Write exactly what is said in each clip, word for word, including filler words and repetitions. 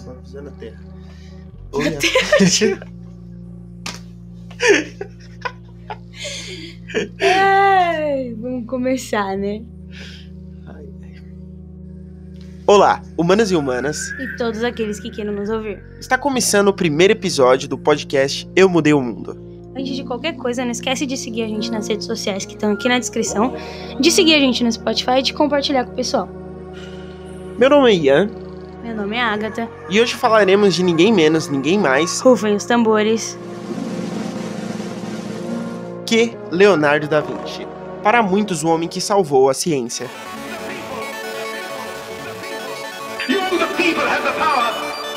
Só avisando a Terra. Oi, a Terra. Ai, vamos começar, né? Ai, ai. Olá, humanas e humanas. E todos aqueles que queiram nos ouvir. Está começando o primeiro episódio do podcast Eu Mudei o Mundo. Antes de qualquer coisa, não esquece de seguir a gente nas redes sociais que estão aqui na descrição, de seguir a gente no Spotify e de compartilhar com o pessoal. Meu nome é Ian. Meu nome é Agatha. E hoje falaremos de ninguém menos, ninguém mais Rufem os tambores. que Leonardo da Vinci. Para muitos, o homem que salvou a ciência. You, the people, have the power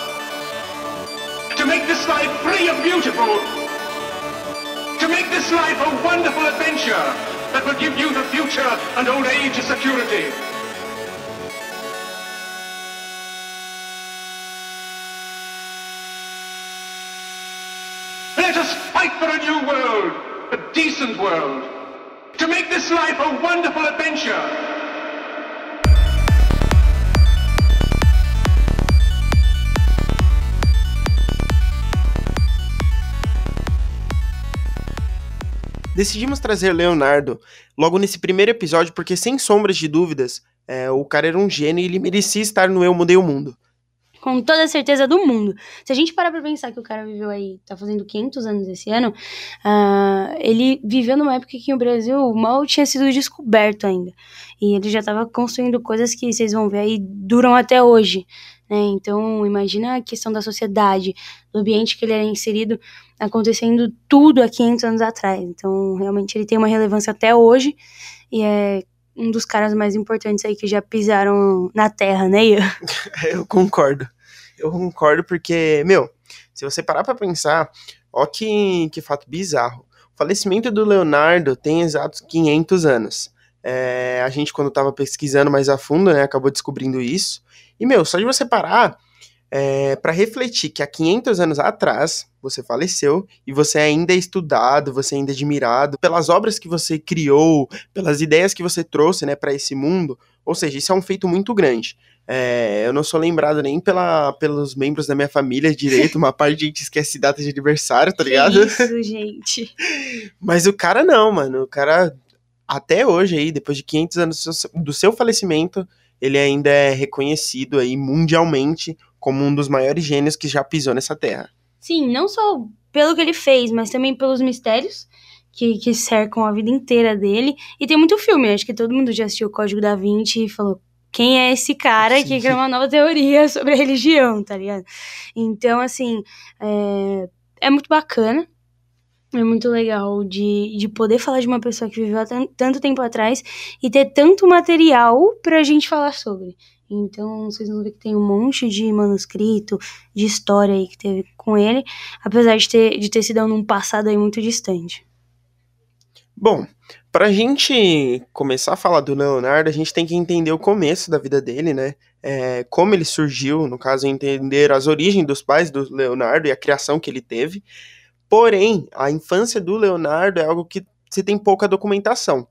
to make this life free and beautiful, to make this life a wonderful adventure that will give you the future and old age security. Let us fight for a new world, a decent world, to make this life a wonderful adventure. Decidimos trazer Leonardo logo nesse primeiro episódio porque, sem sombras de dúvidas, é, o cara era um gênio e ele merecia estar no Eu Mudei o Mundo. Com toda a certeza do mundo. Se a gente parar pra pensar que o cara viveu aí, tá fazendo quinhentos anos esse ano, uh, ele viveu numa época que o Brasil mal tinha sido descoberto ainda. E ele já tava construindo coisas que vocês vão ver aí, duram até hoje. Né? Então, imagina a questão da sociedade, do ambiente que ele era inserido, acontecendo tudo há quinhentos anos atrás. Então, realmente, ele tem uma relevância até hoje e é um dos caras mais importantes aí que já pisaram na Terra, né, Ian? Eu concordo. Eu concordo porque, meu, se você parar pra pensar, ó que, que fato bizarro. O falecimento do Leonardo tem exatos quinhentos anos. É, a gente, quando tava pesquisando mais a fundo, né, acabou descobrindo isso. E, meu, só de você parar é, pra refletir que há quinhentos anos atrás você faleceu e você ainda é estudado, você ainda é admirado pelas obras que você criou, pelas ideias que você trouxe, né, para esse mundo. Ou seja, isso é um feito muito grande. É, eu não sou lembrado nem pela, pelos membros da minha família direito, uma parte de gente esquece data de aniversário, tá ligado? Que isso, gente. Mas o cara não, mano, o cara até hoje aí, depois de quinhentos anos do seu, do seu falecimento, ele ainda é reconhecido aí mundialmente como um dos maiores gênios que já pisou nessa terra. Sim, não só pelo que ele fez, mas também pelos mistérios que, que cercam a vida inteira dele. E tem muito filme, acho que todo mundo já assistiu o Código da Vinci e falou: quem é esse cara Sim. que criou uma nova teoria sobre a religião, tá ligado? Então, assim, é, é muito bacana. É muito legal de, de poder falar de uma pessoa que viveu há tanto tempo atrás e ter tanto material pra gente falar sobre. Então, vocês vão ver que tem um monte de manuscrito, de história aí que teve com ele, apesar de ter, de ter sido num passado aí muito distante. Bom, pra gente começar a falar do Leonardo, a gente tem que entender o começo da vida dele, né? É, como ele surgiu, no caso, entender as origens dos pais do Leonardo e a criação que ele teve. Porém, a infância do Leonardo é algo que se tem pouca documentação.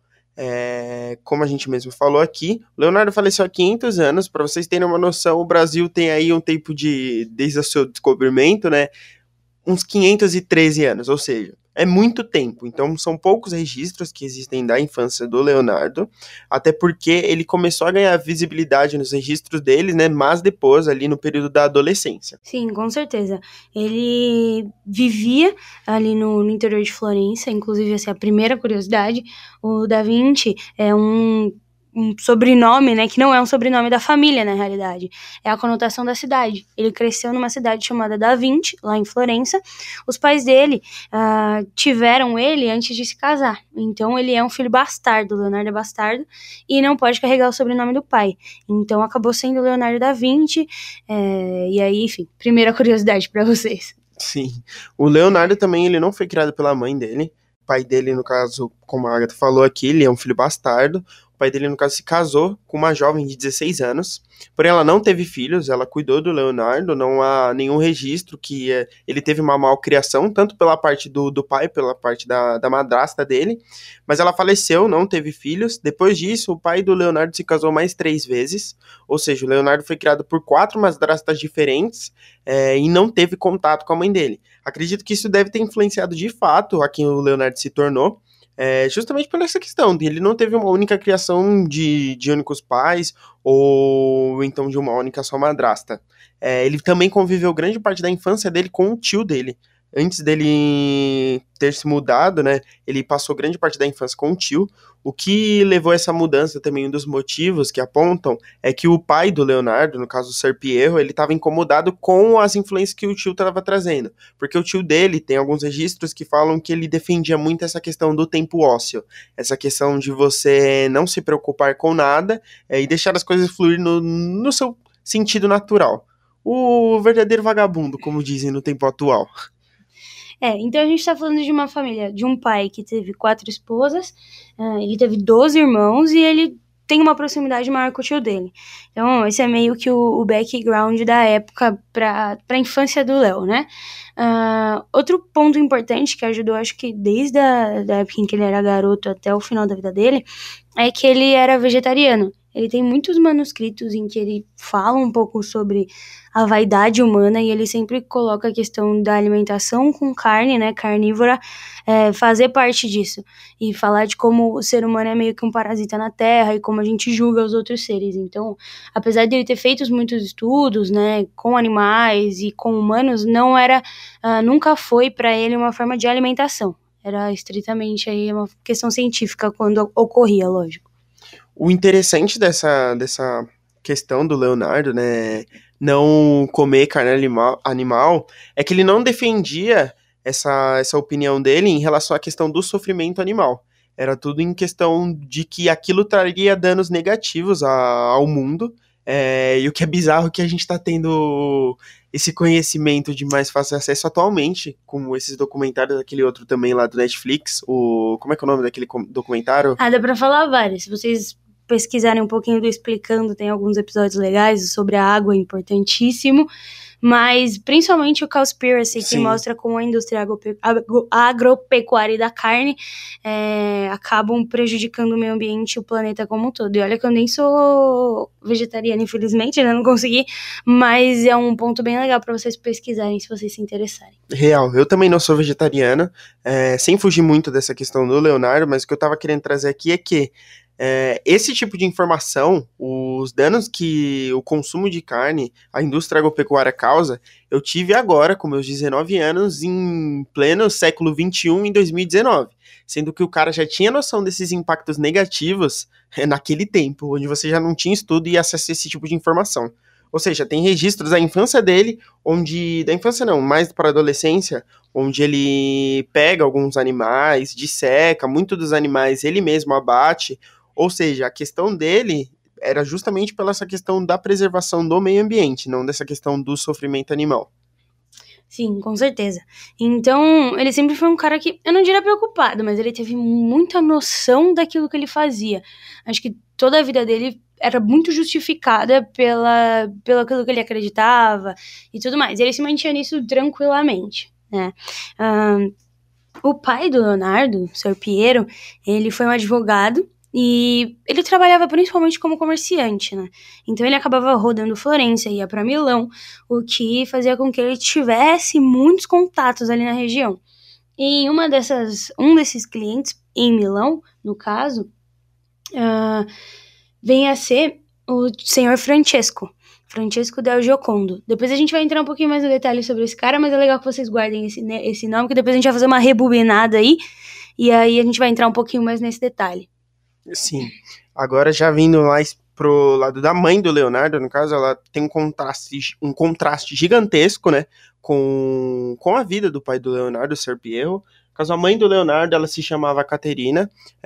É, como a gente mesmo falou aqui, Leonardo faleceu há quinhentos anos. Para vocês terem uma noção, o Brasil tem aí um tempo de, desde o seu descobrimento, né, uns quinhentos e treze anos, ou seja, é muito tempo. Então são poucos registros que existem da infância do Leonardo, até porque ele começou a ganhar visibilidade nos registros dele, né, mas depois, ali no período da adolescência. Sim, com certeza. Ele vivia ali no, no interior de Florença, inclusive, essa é a primeira curiosidade, o Da Vinci é um... um sobrenome, né, que não é um sobrenome da família, na realidade, é a conotação da cidade. Ele cresceu numa cidade chamada Da Vinci, lá em Florença. Os pais dele uh, tiveram ele antes de se casar, então ele é um filho bastardo, Leonardo é bastardo, e não pode carregar o sobrenome do pai, então acabou sendo Leonardo da Vinci, é, e aí, enfim, primeira curiosidade pra vocês. Sim, o Leonardo também, ele não foi criado pela mãe dele, o pai dele, no caso, como a Agatha falou aqui, ele é um filho bastardo. O pai dele, no caso, se casou com uma jovem de dezesseis anos, porém ela não teve filhos, ela cuidou do Leonardo, não há nenhum registro que é, ele teve uma malcriação, tanto pela parte do, do pai, pela parte da, da madrasta dele, mas ela faleceu, não teve filhos. Depois disso, o pai do Leonardo se casou mais três vezes, ou seja, o Leonardo foi criado por quatro madrastas diferentes é, e não teve contato com a mãe dele. Acredito que isso deve ter influenciado de fato a quem o Leonardo se tornou, é, justamente por essa questão, ele não teve uma única criação de, de únicos pais, ou então de uma única só madrasta. É, ele também conviveu grande parte da infância dele com o tio dele. Antes dele ter se mudado, né, ele passou grande parte da infância com o tio. O que levou a essa mudança também, um dos motivos que apontam, é que o pai do Leonardo, no caso o Ser Piero, ele estava incomodado com as influências que o tio estava trazendo. Porque o tio dele tem alguns registros que falam que ele defendia muito essa questão do tempo ósseo. Essa questão de você não se preocupar com nada é, e deixar as coisas fluir no, no seu sentido natural. O verdadeiro vagabundo, como dizem no tempo atual. É, então a gente tá falando de uma família, de um pai que teve quatro esposas, uh, ele teve doze irmãos e ele tem uma proximidade maior com o tio dele. Então esse é meio que o, o background da época pra, pra infância do Léo, né? Uh, outro ponto importante que ajudou, acho que desde a da época em que ele era garoto até o final da vida dele, é que ele era vegetariano. Ele tem muitos manuscritos em que ele fala um pouco sobre a vaidade humana e ele sempre coloca a questão da alimentação com carne, né, carnívora, é, fazer parte disso. E falar de como o ser humano é meio que um parasita na Terra e como a gente julga os outros seres. Então, apesar de ele ter feito muitos estudos, né, com animais e com humanos, não era, uh, nunca foi para ele uma forma de alimentação. Era estritamente aí uma questão científica quando ocorria, lógico. O interessante dessa, dessa questão do Leonardo, né, não comer carne animal, animal, é que ele não defendia essa, essa opinião dele em relação à questão do sofrimento animal. Era tudo em questão de que aquilo traria danos negativos a, ao mundo, é, e o que é bizarro é que a gente está tendo esse conhecimento de mais fácil acesso atualmente, como esses documentários, aquele outro também lá do Netflix, o, como é que é o nome daquele documentário? Ah, dá pra falar vários, se vocês pesquisarem um pouquinho do Explicando, tem alguns episódios legais sobre a água, importantíssimo, mas principalmente o Cowspiracy, que mostra como a indústria agropecuária e da carne é, acabam prejudicando o meio ambiente e o planeta como um todo. E olha que eu nem sou vegetariana, infelizmente, né, não consegui, mas é um ponto bem legal para vocês pesquisarem, se vocês se interessarem. Real, eu também não sou vegetariana, é, sem fugir muito dessa questão do Leonardo, mas o que eu tava querendo trazer aqui é que É, esse tipo de informação, os danos que o consumo de carne, a indústria agropecuária causa, eu tive agora, com meus dezenove anos, em pleno século vinte e um, em dois mil e dezenove. Sendo que o cara já tinha noção desses impactos negativos é, naquele tempo, onde você já não tinha estudo e acesso a esse tipo de informação. Ou seja, tem registros da infância dele, onde, da infância não, mais para a adolescência, onde ele pega alguns animais, disseca, muito dos animais ele mesmo abate. Ou seja, a questão dele era justamente pela essa questão da preservação do meio ambiente, não dessa questão do sofrimento animal. Sim, com certeza. Então, ele sempre foi um cara que, eu não diria preocupado, mas ele teve muita noção daquilo que ele fazia. Acho que toda a vida dele era muito justificada pela, pelo aquilo que ele acreditava e tudo mais. Ele se mantinha nisso tranquilamente, né? Um, o pai do Leonardo, o Ser Piero, ele foi um advogado e ele trabalhava principalmente como comerciante, né? Então ele acabava rodando Florença, ia para Milão, o que fazia com que ele tivesse muitos contatos ali na região. E uma dessas, um desses clientes em Milão, no caso, uh, vem a ser o senhor Francesco. Francesco del Giocondo. Depois a gente vai entrar um pouquinho mais no detalhe sobre esse cara, mas é legal que vocês guardem esse, né, esse nome, que depois a gente vai fazer uma rebobinada aí, e aí a gente vai entrar um pouquinho mais nesse detalhe. Sim. Agora já vindo mais pro lado da mãe do Leonardo, no caso, ela tem um contraste, um contraste gigantesco, né, com, com a vida do pai do Leonardo, o Ser Piero. No caso, a mãe do Leonardo, ela se chamava Caterina,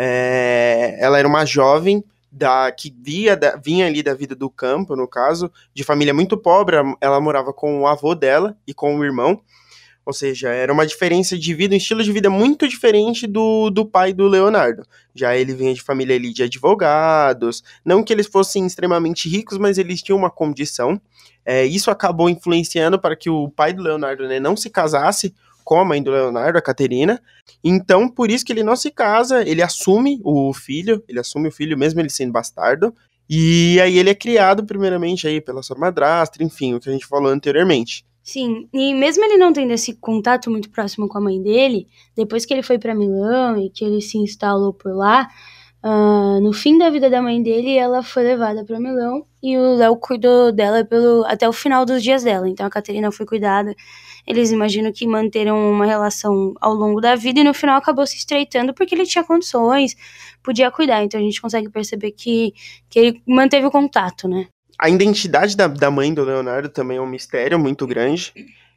é, ela era uma jovem da, que via, da, vinha ali da vida do campo, no caso, de família muito pobre. Ela morava com o avô dela e com o irmão. Ou seja, era uma diferença de vida, um estilo de vida muito diferente do, do pai do Leonardo. Já ele vinha de família ali de advogados, não que eles fossem extremamente ricos, mas eles tinham uma condição. É, isso acabou influenciando para que o pai do Leonardo, né, não se casasse com a mãe do Leonardo, a Caterina. Então, por isso que ele não se casa, ele assume o filho, ele assume o filho mesmo ele sendo bastardo. E aí ele é criado primeiramente aí pela sua madrasta, enfim, o que a gente falou anteriormente. Sim, e mesmo ele não tendo esse contato muito próximo com a mãe dele, depois que ele foi pra Milão e que ele se instalou por lá, uh, no fim da vida da mãe dele, ela foi levada pra Milão e o Léo cuidou dela pelo, até o final dos dias dela. Então a Caterina foi cuidada, eles imaginam que manteram uma relação ao longo da vida e no final acabou se estreitando porque ele tinha condições, podia cuidar. Então a gente consegue perceber que, que ele manteve o contato, né? A identidade da, da mãe do Leonardo também é um mistério muito grande,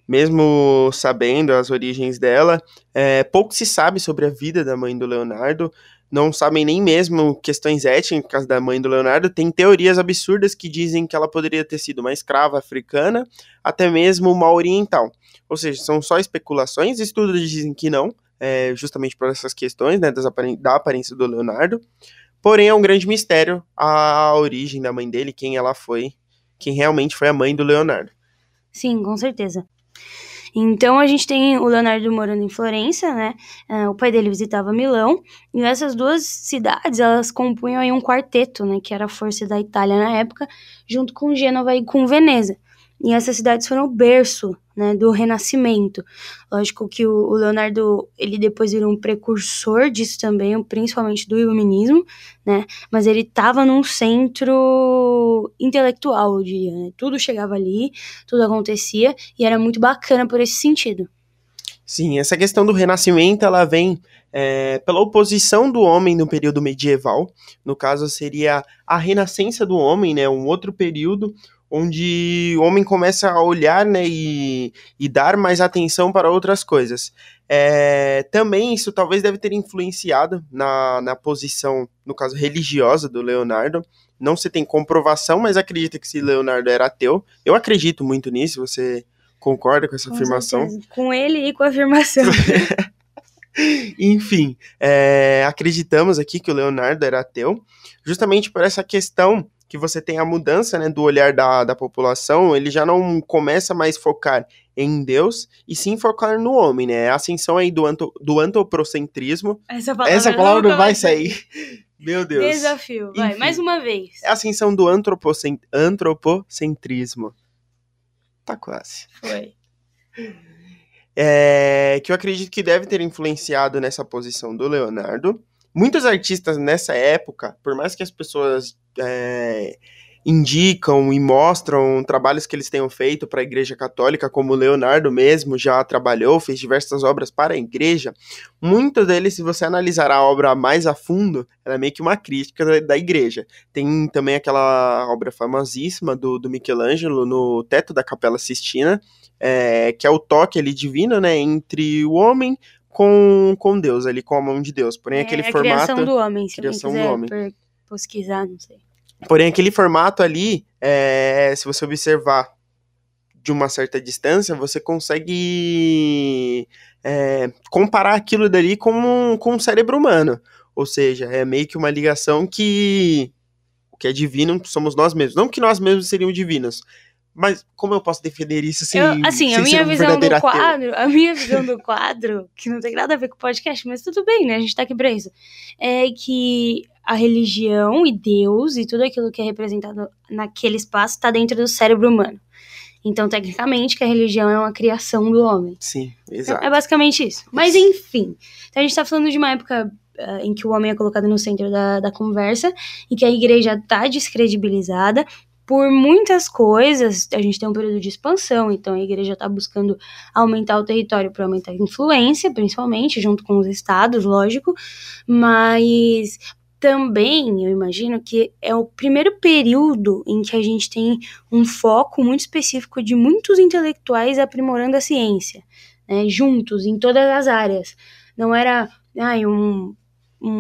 mesmo sabendo as origens dela, é, pouco se sabe sobre a vida da mãe do Leonardo, não sabem nem mesmo questões étnicas da mãe do Leonardo, tem teorias absurdas que dizem que ela poderia ter sido uma escrava africana, até mesmo uma oriental, ou seja, são só especulações, estudos dizem que não, é, justamente por essas questões, né, das aparen- da aparência do Leonardo. Porém, é um grande mistério a origem da mãe dele, quem ela foi, quem realmente foi a mãe do Leonardo. Sim, com certeza. Então, a gente tem o Leonardo morando em Florença, né? Uh, o pai dele visitava Milão. E essas duas cidades, elas compunham aí um quarteto, né? Que era a força da Itália na época, junto com Gênova e com Veneza. E essas cidades foram o berço, né, do Renascimento. Lógico que o, o Leonardo, ele depois virou um precursor disso também, principalmente do Iluminismo, né, mas ele estava num centro intelectual, eu diria, né, tudo chegava ali, tudo acontecia, e era muito bacana por esse sentido. Sim, essa questão do Renascimento, ela vem é, pela oposição do homem no período medieval, no caso seria a renascença do homem, né, um outro período onde o homem começa a olhar, né, e, e dar mais atenção para outras coisas. É, também isso talvez deve ter influenciado na, na posição, no caso, religiosa do Leonardo. Não se tem comprovação, mas acredita que se Leonardo era ateu. Eu acredito muito nisso, você concorda com essa Com afirmação? certeza. Com ele e com a afirmação. Enfim, é, acreditamos aqui que o Leonardo era ateu, justamente por essa questão que você tem a mudança, né, do olhar da, da população, ele já não começa mais focar em Deus, e sim focar no homem, né, a ascensão aí do, anto, do antropocentrismo. Essa palavra, Essa palavra nunca vai sair. Meu Deus. Desafio, vai, Enfim, mais uma vez. É a ascensão do antropocent, antropocentrismo. Tá quase. Foi. É, que eu acredito que deve ter influenciado nessa posição do Leonardo. Muitos artistas nessa época, por mais que as pessoas é, indicam e mostram trabalhos que eles tenham feito para a Igreja Católica, como o Leonardo mesmo já trabalhou, fez diversas obras para a Igreja, muitos deles, se você analisar a obra mais a fundo, ela é meio que uma crítica da, da Igreja. Tem também aquela obra famosíssima do, do Michelangelo no teto da Capela Sistina, é, que é o toque ali divino, né, entre o homem com, com Deus, ali com a mão de Deus. Porém, É aquele a formato... criação do homem, se criação alguém do quiser homem. per- pesquisar, não sei. Porém, aquele formato ali, é, se você observar de uma certa distância, você consegue é, comparar aquilo dali com, com o cérebro humano. Ou seja, é meio que uma ligação que o que é divino somos nós mesmos. Não que nós mesmos seríamos divinos, mas como eu posso defender isso sem, Eu, assim, sem a minha ser um visão do verdadeiro ateu? quadro, a minha visão do quadro, que não tem nada a ver com o podcast, mas tudo bem, né? A gente tá aqui pra isso. É que a religião e Deus e tudo aquilo que é representado naquele espaço tá dentro do cérebro humano. Então, tecnicamente, que a religião é uma criação do homem. Sim, exato. É basicamente isso. Mas, enfim. Então, a gente tá falando de uma época uh, em que o homem é colocado no centro da, da conversa e que a igreja tá descredibilizada por muitas coisas. A gente tem um período de expansão, então a igreja está buscando aumentar o território para aumentar a influência, principalmente, junto com os estados, lógico, mas também, eu imagino que é o primeiro período em que a gente tem um foco muito específico de muitos intelectuais aprimorando a ciência, né, juntos, em todas as áreas. Não era ai, um, um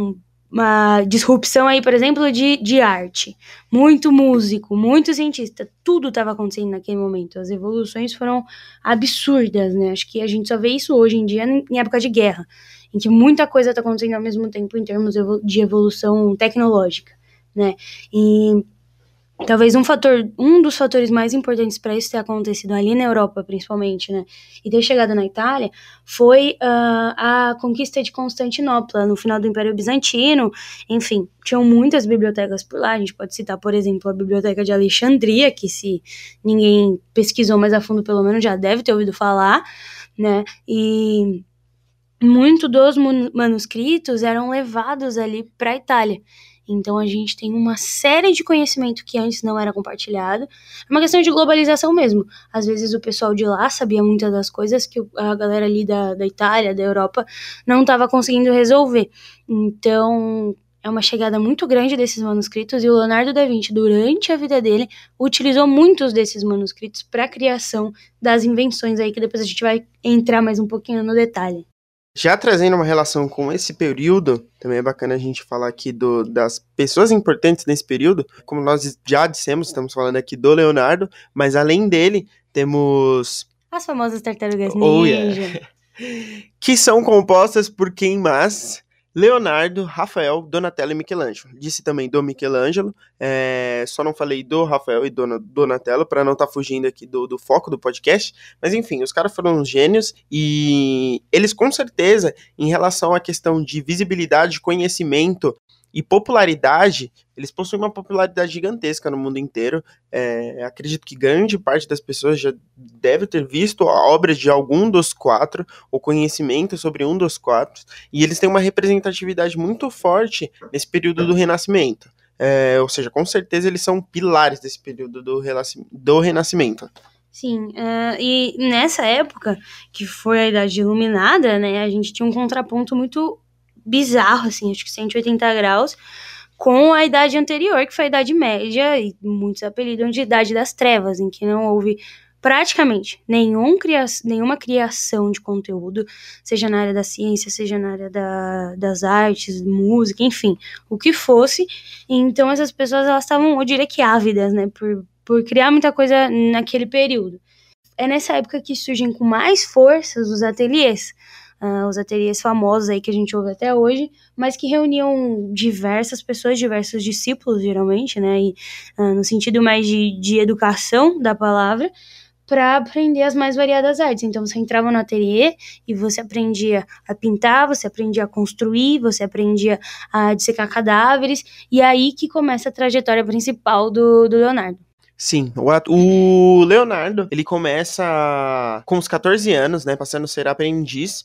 uma disrupção aí, por exemplo, de, de arte. Muito músico, muito cientista, tudo estava acontecendo naquele momento. As evoluções foram absurdas, né? Acho que a gente só vê isso hoje em dia em época de guerra, em que muita coisa está acontecendo ao mesmo tempo em termos de evolução tecnológica, né? E talvez um fator, um dos fatores mais importantes para isso ter acontecido ali na Europa, principalmente, né, e ter chegado na Itália, foi uh, a conquista de Constantinopla, no final do Império Bizantino. Enfim, tinham muitas bibliotecas por lá. A gente pode citar, por exemplo, a Biblioteca de Alexandria, que se ninguém pesquisou mais a fundo, pelo menos já deve ter ouvido falar, né, e muito dos manuscritos eram levados ali para a Itália. Então a gente tem uma série de conhecimento que antes não era compartilhado. É uma questão de globalização mesmo. Às vezes o pessoal de lá sabia muitas das coisas que a galera ali da, da Itália, da Europa, não estava conseguindo resolver. Então é uma chegada muito grande desses manuscritos, e o Leonardo da Vinci, durante a vida dele, utilizou muitos desses manuscritos para a criação das invenções aí, que depois a gente vai entrar mais um pouquinho no detalhe. Já trazendo uma relação com esse período, também é bacana a gente falar aqui do, das pessoas importantes nesse período. Como nós já dissemos, estamos falando aqui do Leonardo, mas além dele, temos... as famosas tartarugas ninja. Oh, yeah. Que são compostas por quem mais? Leonardo, Rafael, Donatello e Michelangelo. Disse também do Michelangelo, é, só não falei do Rafael e do Donatello para não estar tá fugindo aqui do, do foco do podcast, mas enfim, os caras foram gênios, e eles com certeza, em relação à questão de visibilidade, conhecimento e popularidade, eles possuem uma popularidade gigantesca no mundo inteiro. É, acredito que grande parte das pessoas já deve ter visto a obra de algum dos quatro, ou conhecimento sobre um dos quatro, e eles têm uma representatividade muito forte nesse período do Renascimento. É, ou seja, com certeza eles são pilares desse período do, do Renascimento. Sim, uh, e nessa época, que foi a Idade Iluminada, né, a gente tinha um contraponto muito bizarro, assim, acho que cento e oitenta graus, com a idade anterior, que foi a Idade Média, e muitos apelidam de Idade das Trevas, em que não houve praticamente nenhum cria- nenhuma criação de conteúdo, seja na área da ciência, seja na área da, das artes, música, enfim, o que fosse. Então essas pessoas, elas estavam, eu diria que ávidas, né, por, por criar muita coisa naquele período. É nessa época que surgem com mais forças os ateliês, Uh, os ateliês famosos aí que a gente ouve até hoje, mas que reuniam diversas pessoas, diversos discípulos, geralmente, né, e, uh, no sentido mais de, de educação da palavra, para aprender as mais variadas artes. Então você entrava no ateliê e você aprendia a pintar, você aprendia a construir, você aprendia a dissecar cadáveres, e aí que começa a trajetória principal do, do Leonardo. Sim, o Leonardo, ele começa com os catorze anos, né, passando a ser aprendiz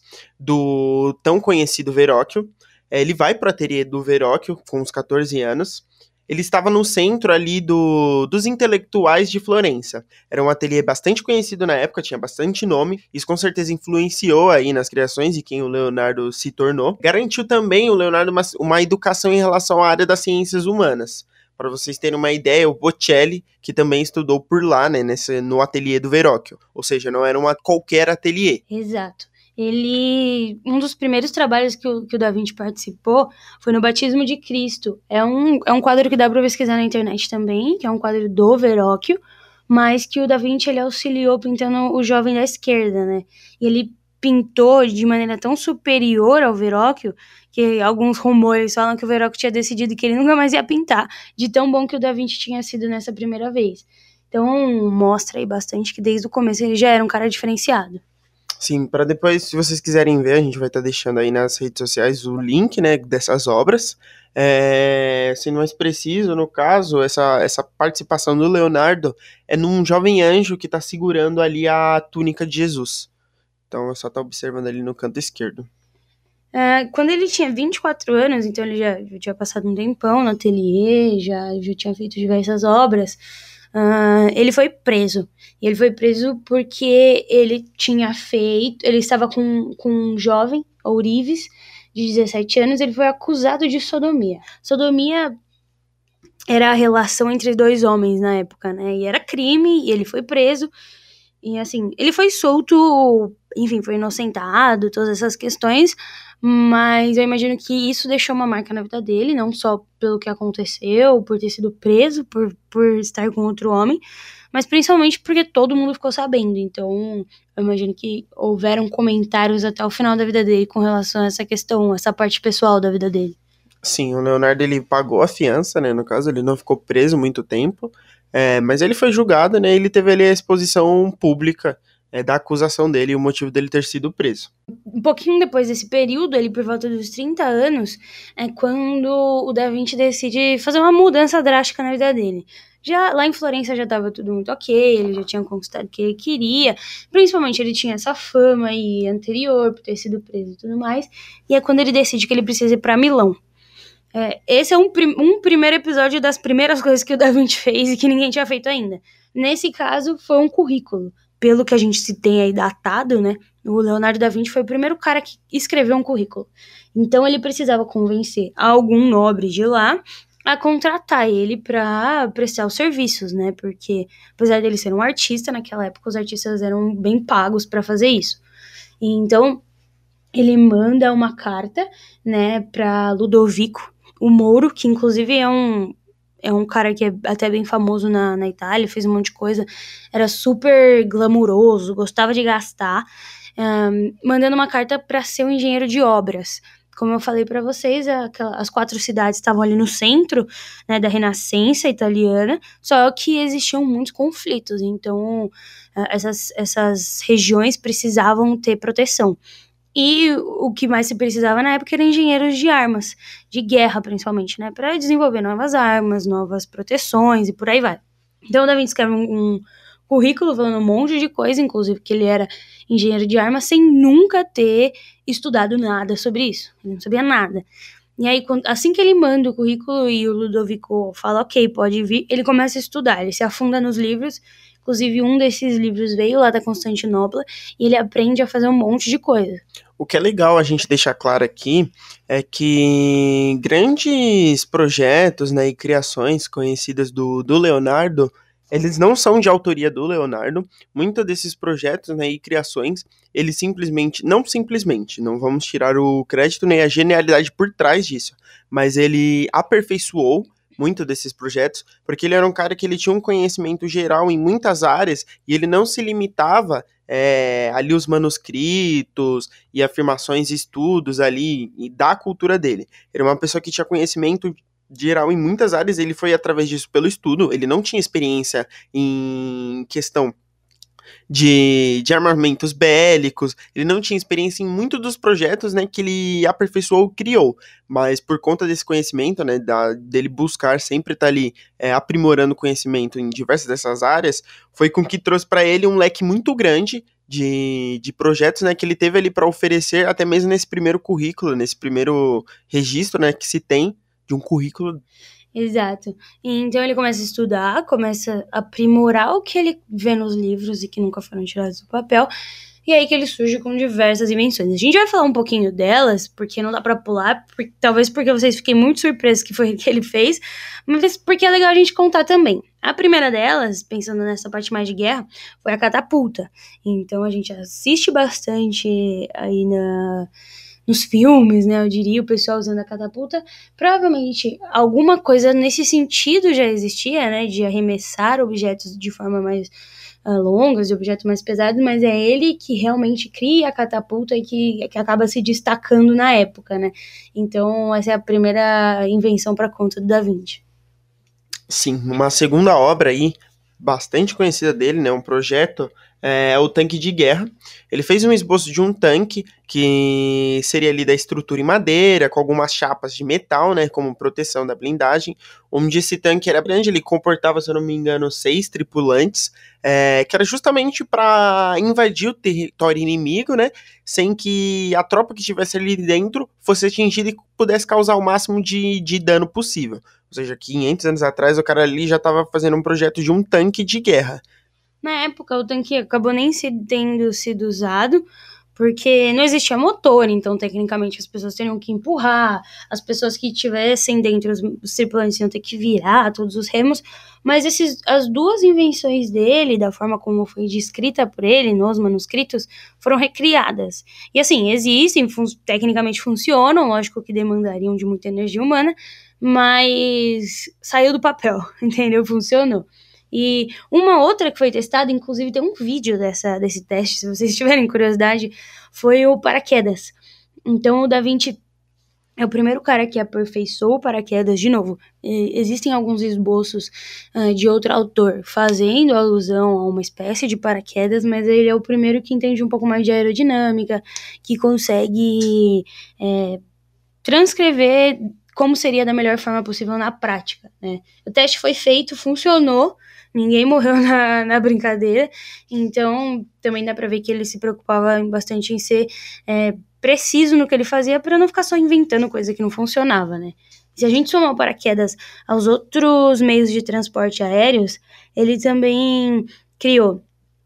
do tão conhecido Verrocchio. Ele vai para o ateliê do Verrocchio com os catorze anos. Ele estava no centro ali do, dos intelectuais de Florença. Era um ateliê bastante conhecido na época, tinha bastante nome. Isso com certeza influenciou aí nas criações de quem o Leonardo se tornou. Garantiu também o Leonardo uma, uma educação em relação à área das ciências humanas. Para vocês terem uma ideia, o Botticelli, que também estudou por lá, né, nesse, no ateliê do Verrocchio. Ou seja, não era uma qualquer ateliê. Exato. Ele, um dos primeiros trabalhos que o, que o Da Vinci participou foi no Batismo de Cristo. É um, é um quadro que dá para pesquisar na internet também, que é um quadro do Verrocchio, mas que o Da Vinci, ele auxiliou pintando o jovem da esquerda, né? E ele pintou de maneira tão superior ao Verrocchio, que alguns rumores falam que o Verrocchio tinha decidido que ele nunca mais ia pintar, de tão bom que o Da Vinci tinha sido nessa primeira vez. Então mostra aí bastante que desde o começo ele já era um cara diferenciado. Sim, para depois, se vocês quiserem ver, a gente vai estar tá deixando aí nas redes sociais o link, né, dessas obras. É, sendo mais preciso, no caso, essa, essa participação do Leonardo é num jovem anjo que está segurando ali a túnica de Jesus. Então, eu só estou observando ali no canto esquerdo. Uh, quando ele tinha vinte e quatro anos, então ele já, já tinha passado um tempão no ateliê, já, já tinha feito diversas obras, uh, ele foi preso. E ele foi preso porque ele tinha feito, ele estava com, com um jovem, Ourives, de dezessete anos, ele foi acusado de sodomia. Sodomia era a relação entre dois homens na época, né? E era crime, e ele foi preso. E assim, ele foi solto, enfim, foi inocentado, todas essas questões, mas eu imagino que isso deixou uma marca na vida dele, não só pelo que aconteceu, por ter sido preso, por, por estar com outro homem, mas principalmente porque todo mundo ficou sabendo. Então, eu imagino que houveram comentários até o final da vida dele com relação a essa questão, essa parte pessoal da vida dele. Sim, o Leonardo, ele pagou a fiança, né, no caso, ele não ficou preso muito tempo, é, mas ele foi julgado, né, ele teve ali a exposição pública é, da acusação dele e o motivo dele ter sido preso. Um pouquinho depois desse período, ele por volta dos trinta anos, é quando o Da Vinci decide fazer uma mudança drástica na vida dele. Já lá em Florença já estava tudo muito ok, ele já tinha conquistado o que ele queria, principalmente ele tinha essa fama aí anterior por ter sido preso e tudo mais, e é quando ele decide que ele precisa ir para Milão. É, esse é um, prim- um primeiro episódio das primeiras coisas que o Da Vinci fez e que ninguém tinha feito ainda. Nesse caso, foi um currículo. Pelo que a gente se tem aí datado, né? O Leonardo da Vinci foi o primeiro cara que escreveu um currículo. Então, ele precisava convencer algum nobre de lá a contratar ele para prestar os serviços, né? Porque, apesar dele ser um artista, naquela época os artistas eram bem pagos para fazer isso. E, então, ele manda uma carta, né, para Ludovico, o Mouro, que inclusive é um, é um cara que é até bem famoso na, na Itália, fez um monte de coisa, era super glamuroso, gostava de gastar, um, mandando uma carta para ser um engenheiro de obras. Como eu falei para vocês, aquela, as quatro cidades estavam ali no centro, né, da Renascença italiana, só que existiam muitos conflitos, então essas, essas regiões precisavam ter proteção. E o que mais se precisava na época eram engenheiros de armas, de guerra principalmente, né? Para desenvolver novas armas, novas proteções e por aí vai. Então o Da Vinci escreve um, um currículo falando um monte de coisa, inclusive que ele era engenheiro de armas, sem nunca ter estudado nada sobre isso. Ele não sabia nada. E aí, assim que ele manda o currículo e o Ludovico fala, ok, pode vir, ele começa a estudar, ele se afunda nos livros. Inclusive, um desses livros veio lá da Constantinopla e ele aprende a fazer um monte de coisa. O que é legal a gente deixar claro aqui é que grandes projetos, né, e criações conhecidas do, do Leonardo, eles não são de autoria do Leonardo. Muitos desses projetos, né, e criações, ele simplesmente, não simplesmente, não vamos tirar o crédito nem a genialidade por trás disso, mas ele aperfeiçoou muito desses projetos, porque ele era um cara que ele tinha um conhecimento geral em muitas áreas e ele não se limitava é, ali os manuscritos e afirmações e estudos ali e da cultura dele. Ele era uma pessoa que tinha conhecimento geral em muitas áreas, ele foi através disso pelo estudo, ele não tinha experiência em questão De, de armamentos bélicos, ele não tinha experiência em muitos dos projetos, né, que ele aperfeiçoou, criou, mas por conta desse conhecimento, né, da, dele buscar sempre estar ali é, aprimorando conhecimento em diversas dessas áreas, foi com que trouxe para ele um leque muito grande de, de projetos, né, que ele teve ali para oferecer, até mesmo nesse primeiro currículo, nesse primeiro registro, né, que se tem de um currículo. Exato. Então ele começa a estudar, começa a aprimorar o que ele vê nos livros e que nunca foram tirados do papel, e aí que ele surge com diversas invenções. A gente vai falar um pouquinho delas, porque não dá pra pular, porque, talvez porque vocês fiquem muito surpresos que foi o que ele fez, mas porque é legal a gente contar também. A primeira delas, pensando nessa parte mais de guerra, foi a catapulta. Então a gente assiste bastante aí na... nos filmes, né, eu diria, o pessoal usando a catapulta, provavelmente alguma coisa nesse sentido já existia, né, de arremessar objetos de forma mais uh, longas, de objetos mais pesados, mas é ele que realmente cria a catapulta e que, que acaba se destacando na época, né, então essa é a primeira invenção para conta do Da Vinci. Sim, uma segunda obra aí, bastante conhecida dele, né, um projeto, é o tanque de guerra. Ele fez um esboço de um tanque que seria ali da estrutura em madeira, com algumas chapas de metal, né, como proteção da blindagem, onde esse tanque era grande, ele comportava, se eu não me engano, seis tripulantes, é, que era justamente para invadir o território inimigo, né, sem que a tropa que estivesse ali dentro fosse atingida e pudesse causar o máximo de, de dano possível. Ou seja, quinhentos anos atrás, o cara ali já estava fazendo um projeto de um tanque de guerra. Na época, o tanque acabou nem se, tendo sido usado, porque não existia motor, então tecnicamente as pessoas teriam que empurrar, as pessoas que estivessem dentro, os, os tripulantes iam ter que virar todos os remos, mas esses, as duas invenções dele, da forma como foi descrita por ele nos manuscritos, foram recriadas. E assim, existem, fun- tecnicamente funcionam, lógico que demandariam de muita energia humana, mas saiu do papel, entendeu? Funcionou. E uma outra que foi testada, inclusive tem um vídeo dessa, desse teste, se vocês tiverem curiosidade, foi o paraquedas. Então o Da Vinci é o primeiro cara que aperfeiçoou o paraquedas. De novo, e- existem alguns esboços ah, de outro autor fazendo alusão a uma espécie de paraquedas, mas ele é o primeiro que entende um pouco mais de aerodinâmica, que consegue é, transcrever como seria da melhor forma possível na prática, né? O teste foi feito, funcionou, ninguém morreu na, na brincadeira, então também dá pra ver que ele se preocupava bastante em ser é, preciso no que ele fazia para não ficar só inventando coisa que não funcionava, né? Se a gente somar o paraquedas aos outros meios de transporte aéreos, ele também criou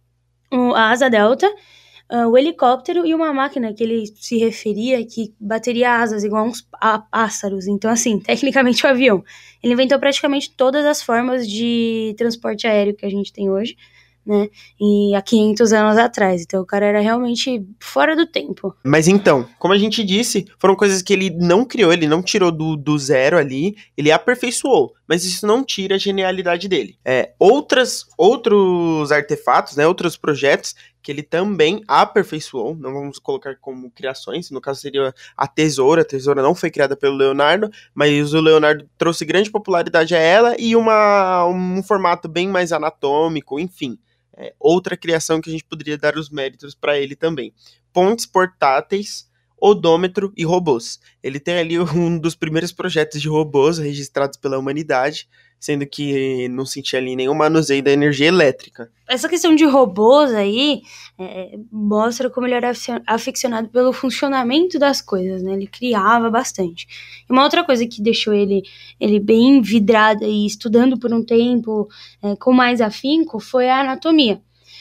o- a asa delta, ah, o helicóptero e uma máquina que ele se referia que bateria asas igual a uns pá- pássaros. Então, assim, tecnicamente o avião. Ele inventou praticamente todas as formas de transporte aéreo que a gente tem hoje, né? E há quinhentos anos atrás. Então, o cara era realmente fora do tempo. Mas então, como a gente disse, foram coisas que ele não criou, ele não tirou do, do zero ali, ele aperfeiçoou, mas isso não tira a genialidade dele. É, outras, outros artefatos, né, outros projetos que ele também aperfeiçoou, não vamos colocar como criações, no caso seria a tesoura, a tesoura não foi criada pelo Leonardo, mas o Leonardo trouxe grande popularidade a ela e uma, um formato bem mais anatômico, enfim. É, outra criação que a gente poderia dar os méritos para ele também. Pontes portáteis, odômetro e robôs. Ele tem ali um dos primeiros projetos de robôs registrados pela humanidade, sendo que não sentia ali nenhum manuseio da energia elétrica. Essa questão de robôs aí é, mostra como ele era aficio- aficionado pelo funcionamento das coisas, né? Ele criava bastante. E uma outra coisa que deixou ele, ele bem vidrado e estudando por um tempo é, com mais afinco foi a anatomia.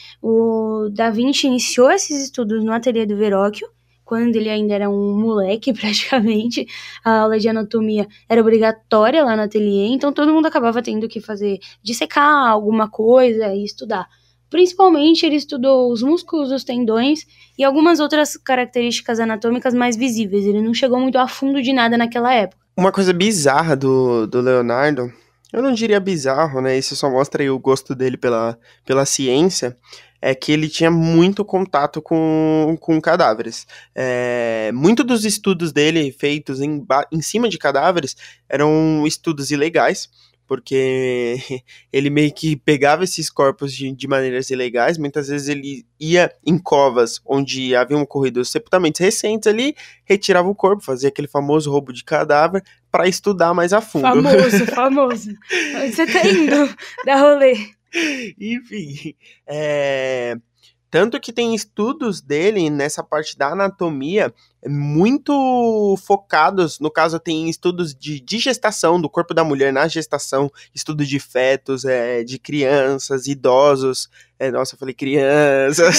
O Da Vinci iniciou esses estudos no ateliê do Verrocchio, quando ele ainda era um moleque, praticamente. A aula de anatomia era obrigatória lá no ateliê, então todo mundo acabava tendo que fazer, dissecar alguma coisa e estudar. Principalmente ele estudou os músculos, os tendões e algumas outras características anatômicas mais visíveis. Ele não chegou muito a fundo de nada naquela época. Uma coisa bizarra do, do Leonardo, eu não diria bizarro, né? Isso só mostra aí o gosto dele pela, pela ciência, é que ele tinha muito contato com, com cadáveres. É, muito dos estudos dele feitos em, ba- em cima de cadáveres eram estudos ilegais, porque ele meio que pegava esses corpos de, de maneiras ilegais, muitas vezes ele ia em covas onde haviam ocorrido sepultamentos recentes ali, retirava o corpo, fazia aquele famoso roubo de cadáver para estudar mais a fundo. Famoso, famoso. Onde você tá indo? Dá rolê. Enfim, é, tanto que tem estudos dele nessa parte da anatomia muito focados, no caso tem estudos de, de gestação, do corpo da mulher na gestação, estudos de fetos, é, de crianças, idosos, é, nossa, eu falei crianças,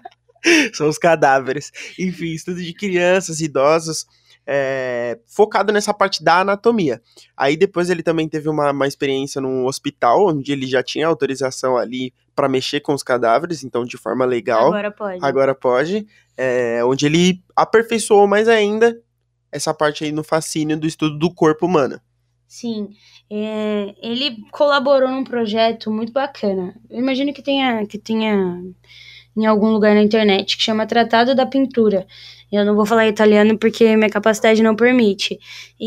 são os cadáveres, enfim, estudos de crianças, idosos, é, focado nessa parte da anatomia. Aí depois ele também teve uma, uma experiência num hospital, onde ele já tinha autorização ali para mexer com os cadáveres, então de forma legal. Agora pode. Agora pode. É, onde ele aperfeiçoou mais ainda essa parte aí no fascínio do estudo do corpo humano. Sim, é, ele colaborou num projeto muito bacana. Eu imagino que tenha, que tenha em algum lugar na internet, que chama Tratado da Pintura. Eu não vou falar italiano porque minha capacidade não permite.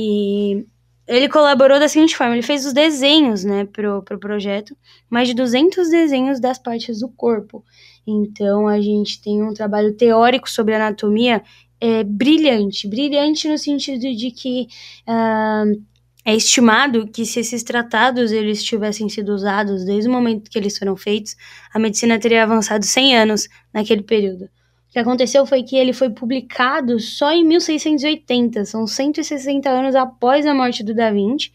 E ele colaborou da seguinte forma, ele fez os desenhos, né, pro, pro projeto, mais de duzentos desenhos das partes do corpo. Então, a gente tem um trabalho teórico sobre anatomia é, brilhante. Brilhante no sentido de que uh, é estimado que se esses tratados eles tivessem sido usados desde o momento que eles foram feitos, a medicina teria avançado cem anos naquele período. O que aconteceu foi que ele foi publicado só em mil seiscentos e oitenta, são cento e sessenta anos após a morte do Da Vinci.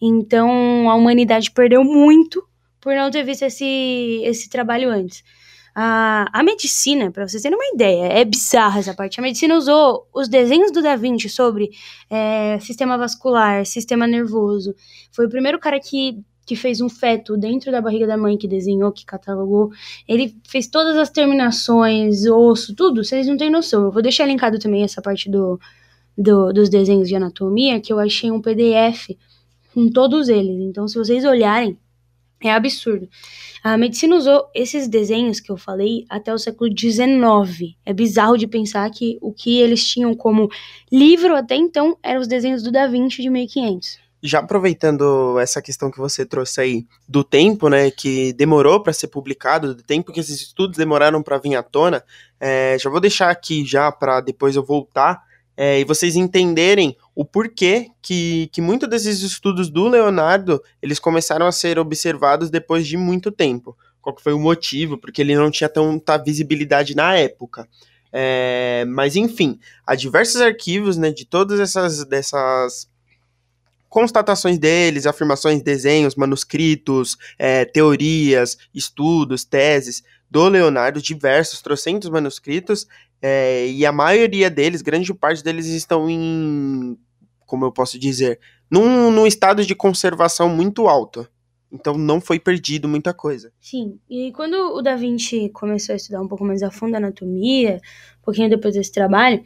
Então, a humanidade perdeu muito por não ter visto esse, esse trabalho antes. A, a medicina, pra vocês terem uma ideia, é bizarra essa parte. A medicina usou os desenhos do Da Vinci sobre é, sistema vascular, sistema nervoso. Foi o primeiro cara que, que fez um feto dentro da barriga da mãe, que desenhou, que catalogou. Ele fez todas as terminações, osso, tudo. Vocês não têm noção. Eu vou deixar linkado também essa parte do, do, dos desenhos de anatomia, que eu achei um P D F com todos eles. Então, se vocês olharem, é absurdo. A medicina usou esses desenhos que eu falei até o século dezenove. É bizarro de pensar que o que eles tinham como livro até então eram os desenhos do Da Vinci de mil e quinhentos. Já aproveitando essa questão que você trouxe aí do tempo, né, que demorou para ser publicado, do tempo que esses estudos demoraram para vir à tona, é, já vou deixar aqui já para depois eu voltar é, e vocês entenderem o porquê que, que muitos desses estudos do Leonardo, eles começaram a ser observados depois de muito tempo. Qual que foi o motivo? Porque ele não tinha tanta visibilidade na época. É, mas enfim, há diversos arquivos, né, de todas essas dessas constatações deles, afirmações, desenhos, manuscritos, é, teorias, estudos, teses do Leonardo, diversos, trocentos manuscritos, é, e a maioria deles, grande parte deles estão em, como eu posso dizer, num, num estado de conservação muito alto. Então não foi perdido muita coisa. Sim, e quando o Da Vinci começou a estudar um pouco mais a fundo a anatomia, um pouquinho depois desse trabalho,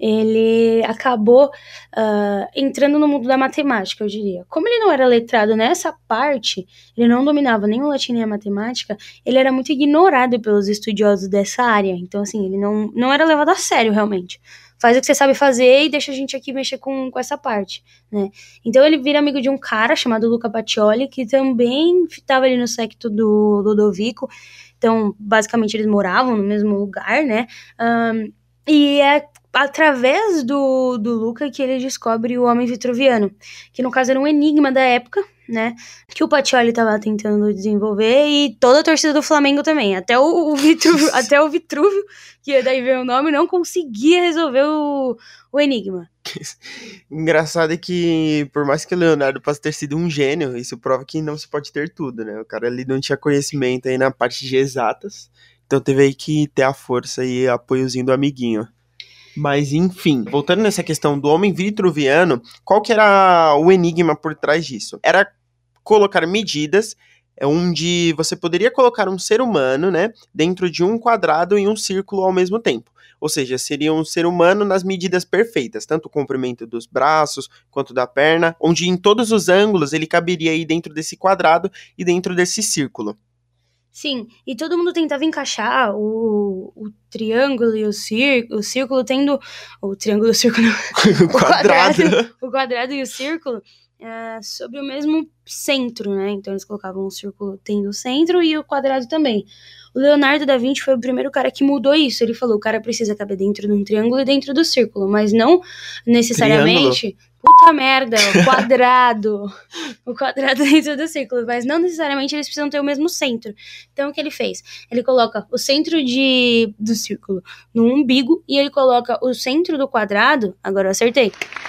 ele acabou uh, entrando no mundo da matemática, eu diria. Como ele não era letrado nessa parte, ele não dominava nem o latim nem a matemática, ele era muito ignorado pelos estudiosos dessa área. Então, assim, ele não, não era levado a sério, realmente. Faz o que você sabe fazer e deixa a gente aqui mexer com, com essa parte, né? Então ele vira amigo de um cara chamado Luca Pacioli, que também estava ali no séquito do Ludovico. Então, basicamente, eles moravam no mesmo lugar, né? Um, e é através do, do Luca que ele descobre o homem vitruviano, que no caso era um enigma da época, né, que o Pacioli estava tentando desenvolver, e toda a torcida do Flamengo também, até o, o Vitrúvio, até o Vitrúvio, que daí veio o nome, não conseguia resolver o, o enigma. Engraçado é que, por mais que o Leonardo possa ter sido um gênio, isso prova que não se pode ter tudo, né? O cara ali não tinha conhecimento aí na parte de exatas, então teve aí que ter a força e apoiozinho do amiguinho. Mas, enfim, voltando nessa questão do homem vitruviano, qual que era o enigma por trás disso? Era colocar medidas onde você poderia colocar um ser humano, né, dentro de um quadrado e um círculo ao mesmo tempo. Ou seja, seria um ser humano nas medidas perfeitas, tanto o comprimento dos braços quanto da perna, onde em todos os ângulos ele caberia aí dentro desse quadrado e dentro desse círculo. Sim, e todo mundo tentava encaixar o, o triângulo e o círculo, o círculo tendo... O triângulo e o círculo... o quadrado. quadrado. O quadrado e o círculo uh, sobre o mesmo centro, né? Então eles colocavam o círculo tendo o centro e o quadrado também. O Leonardo da Vinci foi o primeiro cara que mudou isso. Ele falou, o cara precisa caber dentro de um triângulo e dentro do círculo, mas não necessariamente... Triângulo. Puta merda, o quadrado. O quadrado dentro do círculo, mas não necessariamente eles precisam ter o mesmo centro. Então o que ele fez? Ele coloca o centro de, do círculo no umbigo e ele coloca o centro do quadrado, agora eu acertei,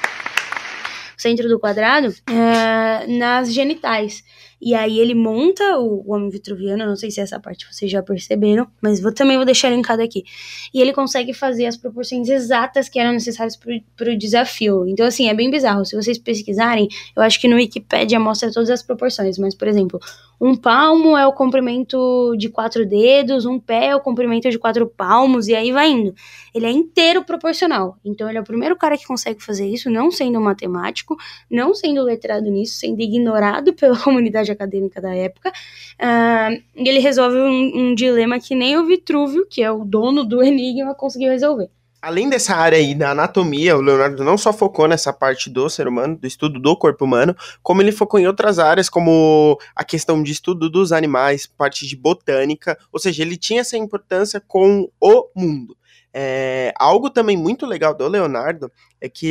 o centro do quadrado é, nas genitais. E aí ele monta o, o homem vitruviano, não sei se essa parte vocês já perceberam, mas vou, também vou deixar linkado aqui. E ele consegue fazer as proporções exatas que eram necessárias para o desafio. Então, assim, é bem bizarro. Se vocês pesquisarem, eu acho que no Wikipedia mostra todas as proporções. Mas, por exemplo, um palmo é o comprimento de quatro dedos, um pé é o comprimento de quatro palmos, e aí vai indo. Ele é inteiro proporcional. Então, ele é o primeiro cara que consegue fazer isso, não sendo um matemático, não sendo letrado nisso, sendo ignorado pela comunidade acadêmica da época, uh, e ele resolve um, um dilema que nem o Vitrúvio, que é o dono do enigma, conseguiu resolver. Além dessa área aí da anatomia, o Leonardo não só focou nessa parte do ser humano, do estudo do corpo humano, como ele focou em outras áreas, como a questão de estudo dos animais, parte de botânica, ou seja, ele tinha essa importância com o mundo. É, algo também muito legal do Leonardo é que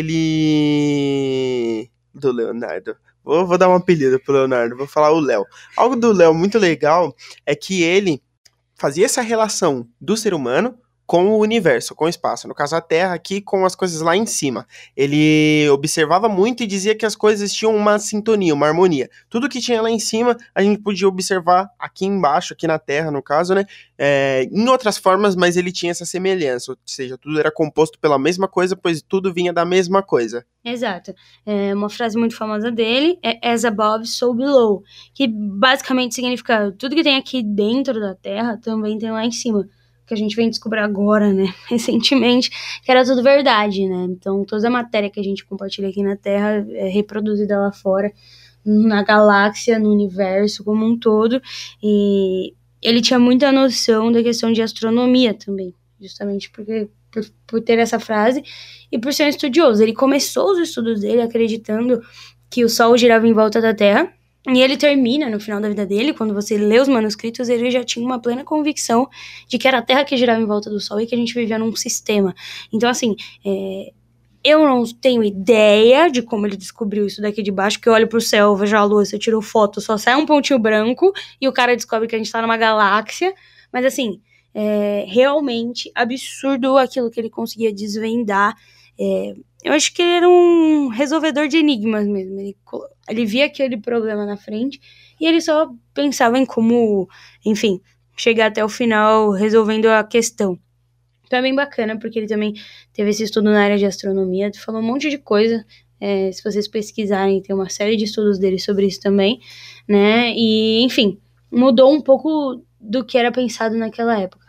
ele... Do Leonardo... Vou, vou dar um apelido pro Leonardo, vou falar o Léo. Algo do Léo muito legal é que ele fazia essa relação do ser humano com o universo, com o espaço. No caso, a Terra aqui com as coisas lá em cima. Ele observava muito e dizia que as coisas tinham uma sintonia, uma harmonia. Tudo que tinha lá em cima, a gente podia observar aqui embaixo, aqui na Terra, no caso, né? É, em outras formas, mas ele tinha essa semelhança. Ou seja, tudo era composto pela mesma coisa, pois tudo vinha da mesma coisa. Exato. É uma frase muito famosa dele é as above, so below, que basicamente significa tudo que tem aqui dentro da Terra também tem lá em cima, que a gente vem descobrir agora, né, recentemente, que era tudo verdade, né, então toda a matéria que a gente compartilha aqui na Terra é reproduzida lá fora, na galáxia, no universo como um todo, e ele tinha muita noção da questão de astronomia também, justamente porque Por, por ter essa frase e por ser um estudioso. Ele começou os estudos dele acreditando que o Sol girava em volta da Terra, e ele termina, no final da vida dele, quando você lê os manuscritos, ele já tinha uma plena convicção de que era a Terra que girava em volta do Sol e que a gente vivia num sistema. Então, assim, é, eu não tenho ideia de como ele descobriu isso daqui de baixo, porque eu olho pro céu, vejo a lua, você tirou foto, só sai um pontinho branco, e o cara descobre que a gente tá numa galáxia, mas assim... É realmente absurdo aquilo que ele conseguia desvendar. É, eu acho que ele era um resolvedor de enigmas mesmo. Ele, ele via aquele problema na frente e ele só pensava em como, enfim, chegar até o final resolvendo a questão. Então é bem bacana, porque ele também teve esse estudo na área de astronomia, falou um monte de coisa. É, se vocês pesquisarem, tem uma série de estudos dele sobre isso também, né? E, enfim, mudou um pouco do que era pensado naquela época.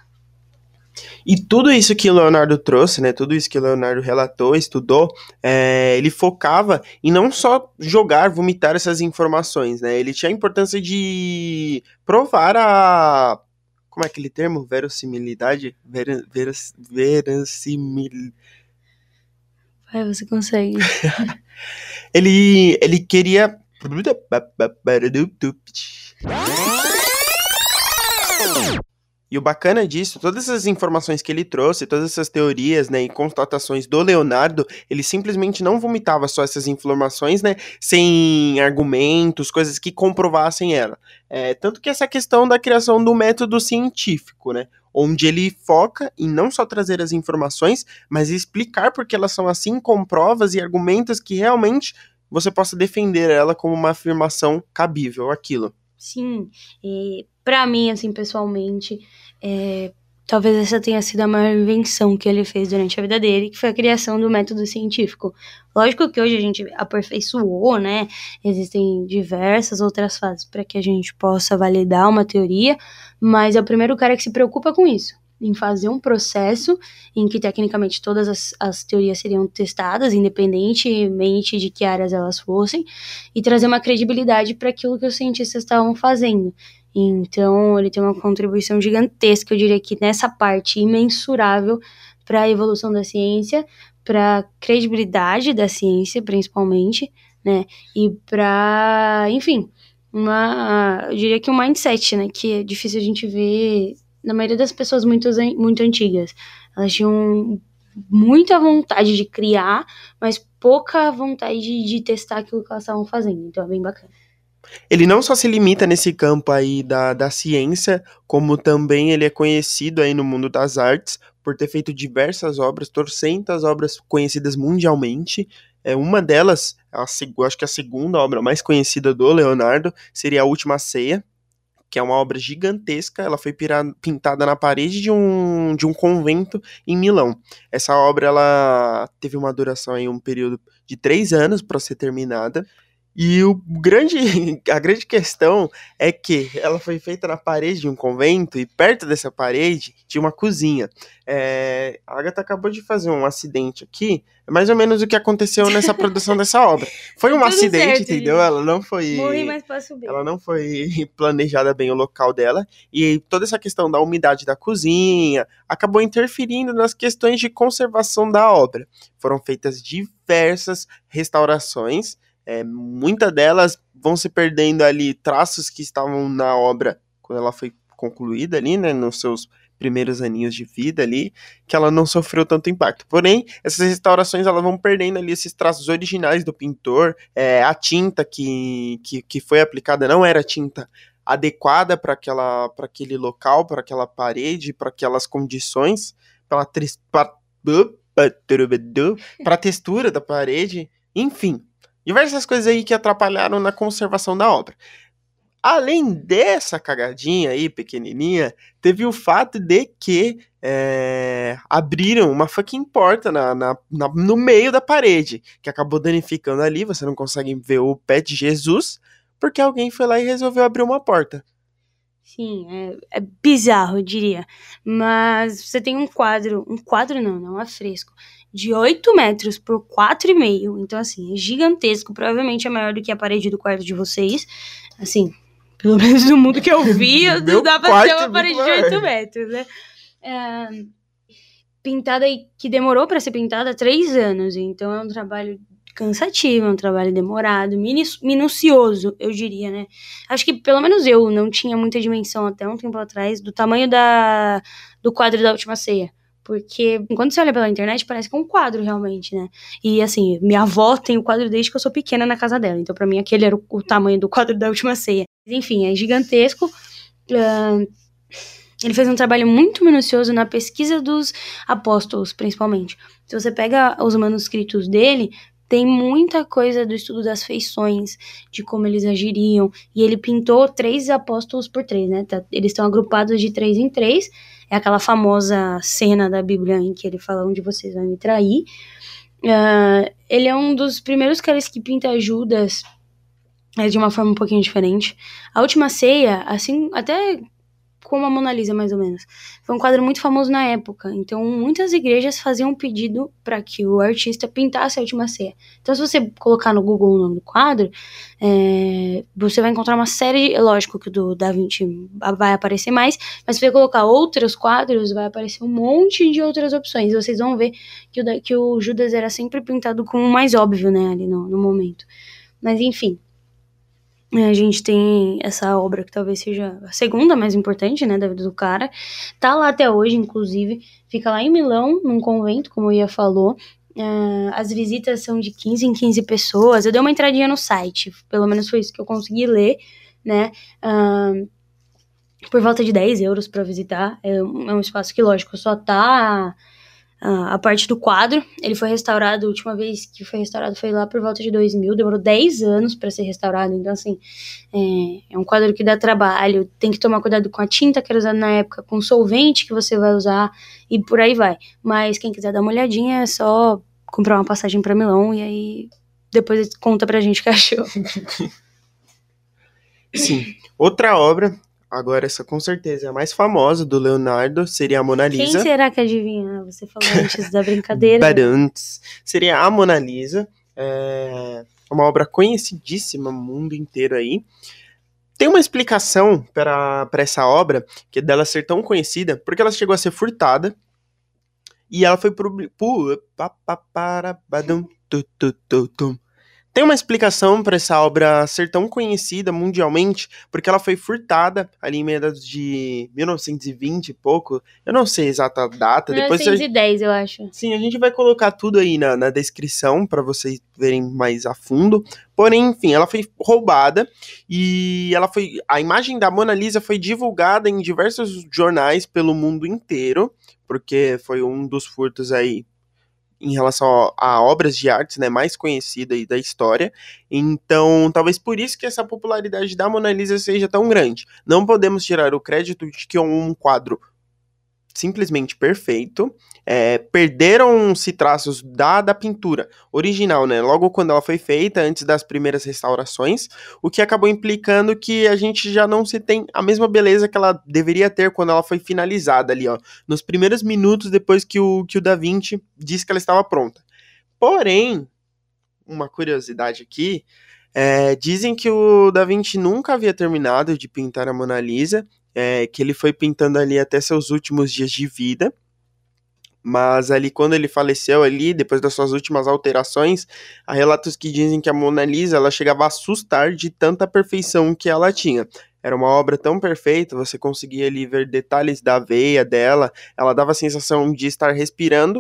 E tudo isso que o Leonardo trouxe, né, tudo isso que o Leonardo relatou, estudou, é, ele focava em não só jogar, vomitar essas informações, né, ele tinha a importância de provar a... Como é aquele termo? Verossimilidade? Ver, veros, verossimil... Vai, você consegue. ele, ele queria... E o bacana disso, todas essas informações que ele trouxe, todas essas teorias, né, e constatações do Leonardo, ele simplesmente não vomitava só essas informações, né, sem argumentos, coisas que comprovassem ela. É, tanto que essa questão da criação do método científico, né, onde ele foca em não só trazer as informações, mas explicar por que elas são assim, com provas e argumentos que realmente você possa defender ela como uma afirmação cabível, aquilo. Sim, e pra mim, assim, pessoalmente, é, talvez essa tenha sido a maior invenção que ele fez durante a vida dele, que foi a criação do método científico. Lógico que hoje a gente aperfeiçoou, né? Existem diversas outras fases para que a gente possa validar uma teoria, mas é o primeiro cara que se preocupa com isso, em fazer um processo em que tecnicamente todas as, as teorias seriam testadas, independentemente de que áreas elas fossem, e trazer uma credibilidade para aquilo que os cientistas estavam fazendo. Então, ele tem uma contribuição gigantesca, eu diria que nessa parte imensurável para a evolução da ciência, para a credibilidade da ciência, principalmente, né, e para, enfim, uma, eu diria que um mindset, né, que é difícil a gente ver na maioria das pessoas muito, muito antigas. Elas tinham muita vontade de criar, mas pouca vontade de, de testar aquilo que elas estavam fazendo. Então é bem bacana. Ele não só se limita nesse campo aí da, da ciência, como também ele é conhecido aí no mundo das artes por ter feito diversas obras, trocentas obras conhecidas mundialmente. É, uma delas, a, acho que a segunda obra mais conhecida do Leonardo, seria A Última Ceia, que é uma obra gigantesca, ela foi pintada na parede de um, de um convento em Milão. Essa obra ela teve uma duração em um período de três anos para ser terminada, e o grande, a grande questão é que ela foi feita na parede de um convento, e perto dessa parede tinha uma cozinha. É, a Agatha acabou de fazer um acidente aqui, é mais ou menos o que aconteceu nessa produção dessa obra. Foi um Tudo acidente, certo, entendeu? gente. Ela não foi... Morri, mas posso ver. Ela não foi planejada bem o local dela, e toda essa questão da umidade da cozinha acabou interferindo nas questões de conservação da obra. Foram feitas diversas restaurações, é, muitas delas vão se perdendo ali traços que estavam na obra quando ela foi concluída ali, né, nos seus primeiros aninhos de vida ali, que ela não sofreu tanto impacto. Porém, essas restaurações elas vão perdendo ali esses traços originais do pintor, é, a tinta que, que, que foi aplicada não era tinta adequada para aquela, para aquele local, para aquela parede, para aquelas condições, pela tris, pra, pra textura da parede, enfim, diversas coisas aí que atrapalharam na conservação da obra. Além dessa cagadinha aí, pequenininha, teve o fato de que é, abriram uma fucking porta na, na, na, no meio da parede, que acabou danificando ali, você não consegue ver o pé de Jesus, porque alguém foi lá e resolveu abrir uma porta. Sim, é, é bizarro, eu diria. Mas você tem um quadro, um quadro não, não, um afresco, de oito metros por quatro e meio. Então, assim, é gigantesco. Provavelmente é maior do que a parede do quarto de vocês. Assim, pelo menos no mundo que eu vi, dá pra ter uma parede de oito metros, né? É, pintada aí, que demorou pra ser pintada três anos. Então, é um trabalho cansativo, é um trabalho demorado, minucioso, eu diria, né? Acho que, pelo menos eu, não tinha muita dimensão até um tempo atrás do tamanho da, do quadro da Última Ceia. Porque, quando você olha pela internet, parece que é um quadro, realmente, né? E, assim, minha avó tem o quadro desde que eu sou pequena na casa dela. Então, pra mim, aquele era o, o tamanho do quadro da Última Ceia. Enfim, é gigantesco. Uh, ele fez um trabalho muito minucioso na pesquisa dos apóstolos, principalmente. Se você pega os manuscritos dele, tem muita coisa do estudo das feições, de como eles agiriam. E ele pintou três apóstolos por três, né? Eles estão agrupados de três em três. É aquela famosa cena da Bíblia em que ele fala: onde vocês vão me trair. Uh, ele é um dos primeiros caras que pinta Judas é, de uma forma um pouquinho diferente. A Última Ceia, assim, até como a Mona Lisa, mais ou menos, foi um quadro muito famoso na época. Então, muitas igrejas faziam um pedido para que o artista pintasse a Última Ceia. Então, se você colocar no Google o nome do quadro, é, você vai encontrar uma série, lógico que o do Da Vinci vai aparecer mais, mas se você colocar outros quadros, vai aparecer um monte de outras opções. Vocês vão ver que o, que o Judas era sempre pintado como o mais óbvio, né, ali no, no momento. Mas, enfim, a gente tem essa obra que talvez seja a segunda mais importante, né, da vida do cara. Tá lá até hoje, inclusive. Fica lá em Milão, num convento, como o Ia falou. Uh, as visitas são de quinze em quinze pessoas. Eu dei uma entradinha no site, pelo menos foi isso que eu consegui ler, né? Uh, por volta de dez euros para visitar. É um, é um espaço que, lógico, só tá... a parte do quadro. Ele foi restaurado, a última vez que foi restaurado foi lá por volta de dois mil, demorou dez anos para ser restaurado, então assim, é, é um quadro que dá trabalho, tem que tomar cuidado com a tinta que era usada na época, com o solvente que você vai usar, e por aí vai. Mas quem quiser dar uma olhadinha, é só comprar uma passagem para Milão, e aí depois conta pra gente o que achou. Sim, outra obra, agora essa com certeza é a mais famosa do Leonardo, seria a Mona Lisa. Quem será que adivinha? Você falou antes da brincadeira. Antes, seria a Mona Lisa, é uma obra conhecidíssima no mundo inteiro aí. Tem uma explicação para essa obra, que é dela ser tão conhecida, porque ela chegou a ser furtada, e ela foi pro... Tem uma explicação para essa obra ser tão conhecida mundialmente, porque ela foi furtada ali em meados de mil novecentos e vinte e pouco. Eu não sei a exata data. mil novecentos e dez, depois eu acho. Sim, a gente vai colocar tudo aí na, na descrição para vocês verem mais a fundo. Porém, enfim, ela foi roubada e ela foi. A imagem da Mona Lisa foi divulgada em diversos jornais pelo mundo inteiro, porque foi um dos furtos aí em relação a, a obras de arte, né, mais conhecida aí da história. Então, talvez por isso que essa popularidade da Mona Lisa seja tão grande. Não podemos tirar o crédito de que é um quadro simplesmente perfeito. É, perderam-se traços da, da pintura original, né, logo quando ela foi feita, antes das primeiras restaurações, o que acabou implicando que a gente já não se tem a mesma beleza que ela deveria ter quando ela foi finalizada ali, ó, nos primeiros minutos depois que o, que o Da Vinci disse que ela estava pronta. Porém, uma curiosidade aqui, é, dizem que o Da Vinci nunca havia terminado de pintar a Mona Lisa, é, que ele foi pintando ali até seus últimos dias de vida, mas ali quando ele faleceu ali, depois das suas últimas alterações, há relatos que dizem que a Mona Lisa, ela chegava a assustar de tanta perfeição que ela tinha. Era uma obra tão perfeita, você conseguia ali ver detalhes da veia dela, ela dava a sensação de estar respirando,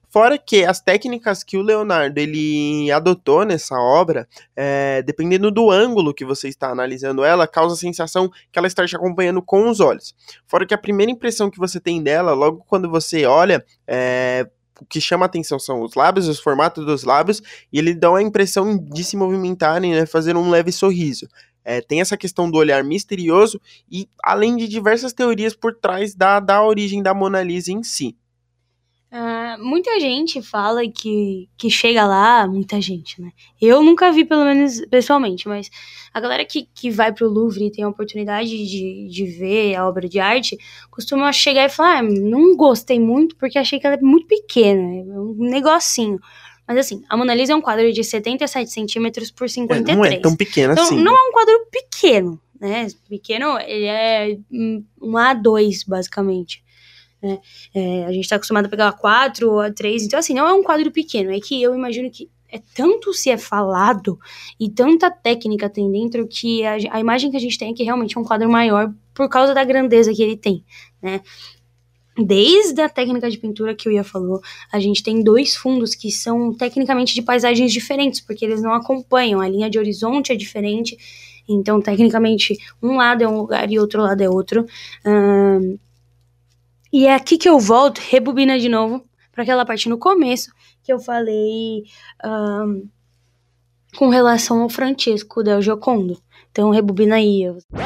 Fora que as técnicas que o Leonardo ele adotou nessa obra, é, dependendo do ângulo que você está analisando ela, causa a sensação que ela está te acompanhando com os olhos. Fora que a primeira impressão que você tem dela, logo quando você olha, é, o que chama a atenção são os lábios, os formatos dos lábios, e ele dá a impressão de se movimentarem, né, fazer um leve sorriso. É, tem essa questão do olhar misterioso e além de diversas teorias por trás da, da origem da Mona Lisa em si. Uh, muita gente fala que, que chega lá, muita gente, né? Eu nunca vi, pelo menos pessoalmente, mas a galera que, que vai pro Louvre e tem a oportunidade de, de ver a obra de arte costuma chegar e falar, ah, não gostei muito porque achei que ela é muito pequena, é um negocinho. Mas assim, a Mona Lisa é um quadro de setenta e sete centímetros por cinquenta e três. É, não é tão pequena então, assim. Não é um quadro pequeno, né? Pequeno, ele é um A dois, basicamente. Né? É, a gente tá acostumado a pegar a quatro ou a três, então assim, não é um quadro pequeno, é que eu imagino que é tanto se é falado e tanta técnica tem dentro que a, a imagem que a gente tem é que realmente é um quadro maior por causa da grandeza que ele tem, né? Desde a técnica de pintura que o Ia falou, a gente tem dois fundos que são tecnicamente de paisagens diferentes, porque eles não acompanham, a linha de horizonte é diferente, então tecnicamente um lado é um lugar e outro lado é outro. Hum, E é aqui que eu volto, rebobina de novo, para aquela parte no começo que eu falei um, com relação ao Francesco del Giocondo. Então, rebobina aí.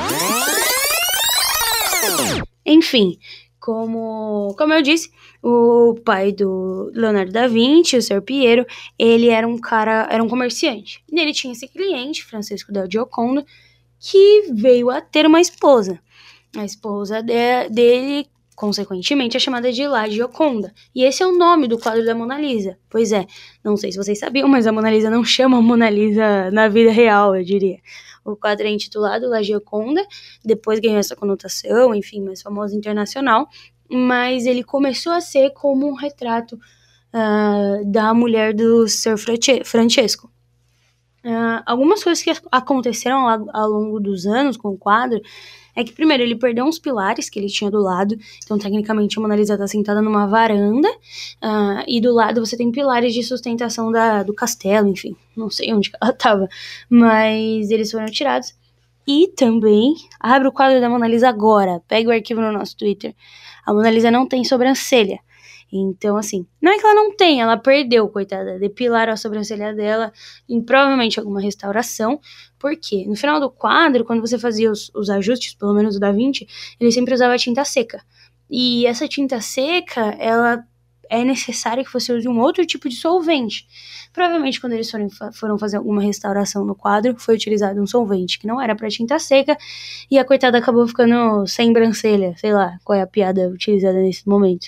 Enfim, como, como eu disse, o pai do Leonardo da Vinci, o senhor Piero, ele era um cara, era um comerciante. E ele tinha esse cliente, Francesco del Giocondo, que veio a ter uma esposa. A esposa de, dele... consequentemente, é chamada de La Gioconda. E esse é o nome do quadro da Mona Lisa. Pois é, não sei se vocês sabiam, mas a Mona Lisa não chama Mona Lisa na vida real, eu diria. O quadro é intitulado La Gioconda, depois ganhou essa conotação, enfim, mais famosa internacional, mas ele começou a ser como um retrato uh, da mulher do senhor Francesco. Uh, algumas coisas que aconteceram ao, ao longo dos anos com o quadro é que, primeiro, ele perdeu uns pilares que ele tinha do lado. Então, tecnicamente, a Mona Lisa está sentada numa varanda. Uh, e do lado você tem pilares de sustentação da, do castelo, enfim. Não sei onde ela estava. Mas eles foram tirados. E também, abre o quadro da Mona Lisa agora. Pega o arquivo no nosso Twitter. A Mona Lisa não tem sobrancelha. Então, assim, não é que ela não tem, ela perdeu, coitada, depilaram a sobrancelha dela em provavelmente alguma restauração, porque no final do quadro, quando você fazia os, os ajustes, pelo menos o Da Vinci, ele sempre usava tinta seca, e essa tinta seca, ela é necessário que você use um outro tipo de solvente. Provavelmente quando eles foram, foram fazer alguma restauração no quadro, foi utilizado um solvente que não era para tinta seca, e a coitada acabou ficando sem sobrancelha, sei lá qual é a piada utilizada nesse momento.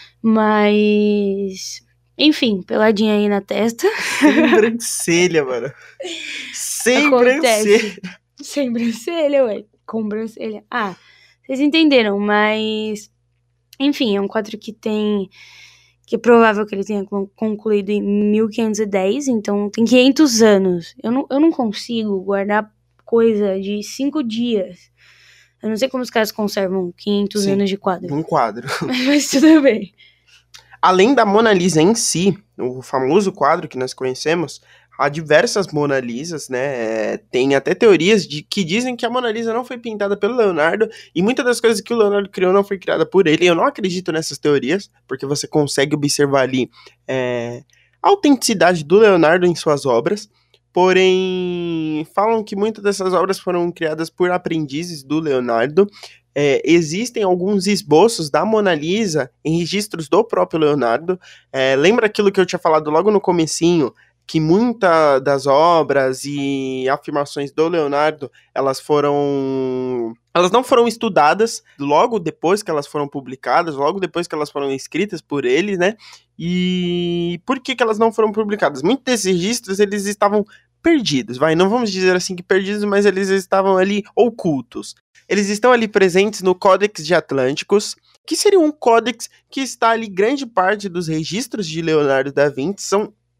Mas, enfim, peladinha aí na testa. Sem sobrancelha, mano. Sem sobrancelha. Sem sobrancelha, ué. Com sobrancelha. Ah, vocês entenderam, mas... Enfim, é um quadro que tem... Que é provável que ele tenha concluído em mil quinhentos e dez, então tem quinhentos anos. Eu não, eu não consigo guardar coisa de cinco dias. Eu não sei como os caras conservam quinhentos Sim, anos de quadro. Um quadro. Mas tudo bem. Além da Mona Lisa em si, o famoso quadro que nós conhecemos, há diversas Mona Lisas, né? Tem até teorias de que dizem que a Mona Lisa não foi pintada pelo Leonardo e muitas das coisas que o Leonardo criou não foi criada por ele. Eu não acredito nessas teorias, porque você consegue observar ali é, a autenticidade do Leonardo em suas obras. Porém, falam que muitas dessas obras foram criadas por aprendizes do Leonardo. É, existem alguns esboços da Mona Lisa em registros do próprio Leonardo. É, lembra aquilo que eu tinha falado logo no comecinho, que muitas das obras e afirmações do Leonardo, elas foram... Elas não foram estudadas logo depois que elas foram publicadas, logo depois que elas foram escritas por ele, né? E por que que elas não foram publicadas? Muitos desses registros, eles estavam perdidos, vai, não vamos dizer assim que perdidos, mas eles estavam ali ocultos. Eles estão ali presentes no Códex de Atlânticos, que seria um códex que está ali, grande parte dos registros de Leonardo da Vinci são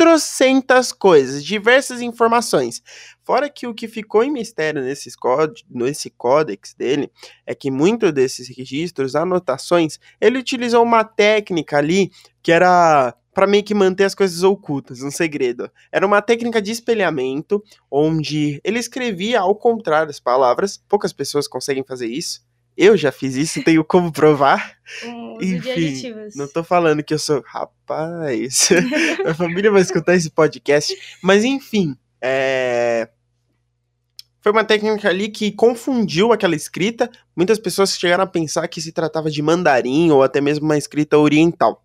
trocentas coisas, diversas informações. Fora que o que ficou em mistério nesses cód- nesse códex dele é que muitos desses registros, anotações, ele utilizou uma técnica ali que era para meio que manter as coisas ocultas, um segredo. Era uma técnica de espelhamento, onde ele escrevia ao contrário as palavras. Poucas pessoas conseguem fazer isso. Eu já fiz isso, tenho como provar. Com uso de Enfim, aditivos. não tô falando que eu sou... Rapaz, a família vai escutar esse podcast. Mas enfim, é... foi uma técnica ali que confundiu aquela escrita. Muitas pessoas chegaram a pensar que se tratava de mandarim ou até mesmo uma escrita oriental.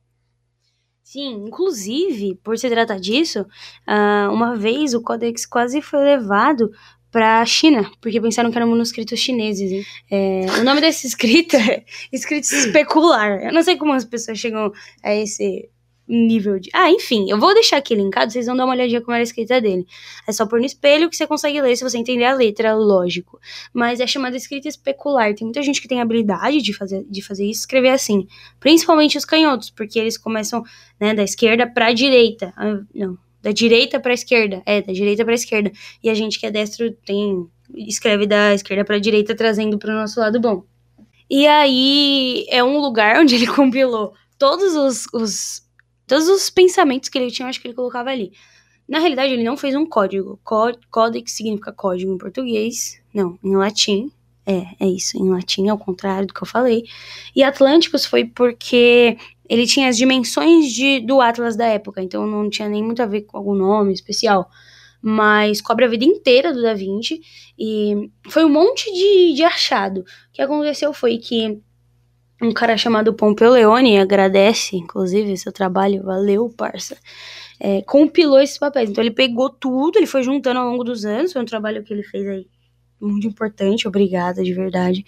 Sim, inclusive, por se tratar disso, ah, uma vez o Codex quase foi levado para a China, porque pensaram que eram manuscritos chineses. Hein? É, o nome dessa escrita é escrita especular. Eu não sei como as pessoas chegam a esse nível de... Ah, enfim, eu vou deixar aqui linkado, vocês vão dar uma olhadinha como era a escrita dele. É só pôr no espelho que você consegue ler se você entender a letra, lógico. Mas é chamada escrita especular. Tem muita gente que tem habilidade de fazer, de fazer isso, escrever assim. Principalmente os canhotos, porque eles começam, né, da esquerda pra direita. Ah, não, da direita pra esquerda. É, da direita pra esquerda. E a gente que é destro tem... escreve da esquerda pra direita, trazendo pro nosso lado bom. E aí é um lugar onde ele compilou todos os... os Todos os pensamentos que ele tinha, eu acho que ele colocava ali. Na realidade, ele não fez um código. Códex significa código em português. Não, em latim. É, é isso. Em latim, ao contrário do que eu falei. E Atlânticos foi porque ele tinha as dimensões de, do Atlas da época. Então, não tinha nem muito a ver com algum nome especial. Mas cobre a vida inteira do Da Vinci. E foi um monte de, de achado. O que aconteceu foi que um cara chamado Pompeu Leone, agradece, inclusive, seu trabalho, valeu, parça, é, compilou esses papéis. Então ele pegou tudo, ele foi juntando ao longo dos anos, foi um trabalho que ele fez aí muito importante, obrigada, de verdade.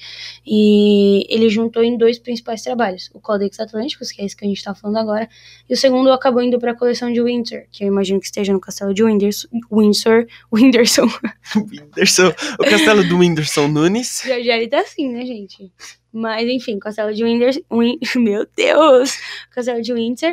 E ele juntou em dois principais trabalhos, o Codex Atlânticos, que é esse que a gente tá falando agora, e o segundo acabou indo pra coleção de Windsor, que eu imagino que esteja no castelo de Windsor, Windsor, Whindersson. Whindersson, o castelo do Whindersson Nunes. Já já ele tá assim, né, gente? Mas, enfim, Castelo de Windsor... Win, meu Deus! Castelo de Windsor.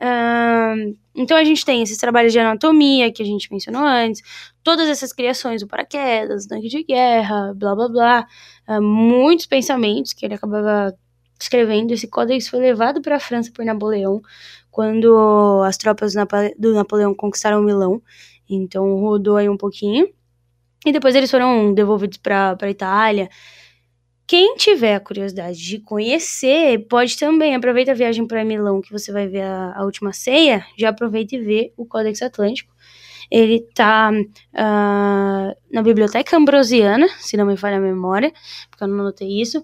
Um, então, a gente tem esses trabalhos de anatomia que a gente mencionou antes. Todas essas criações, o paraquedas, tanque de guerra, blá, blá, blá. Uh, muitos pensamentos que ele acabava escrevendo. Esse códex foi levado para a França por Napoleão, quando as tropas do Napoleão conquistaram Milão. Então, rodou aí um pouquinho. E depois eles foram devolvidos para a Itália. Quem tiver a curiosidade de conhecer, pode também, aproveita a viagem para Milão, que você vai ver a, a última ceia, já aproveita e vê o Códex Atlântico. Ele tá uh, na Biblioteca Ambrosiana, se não me falha a memória, porque eu não anotei isso,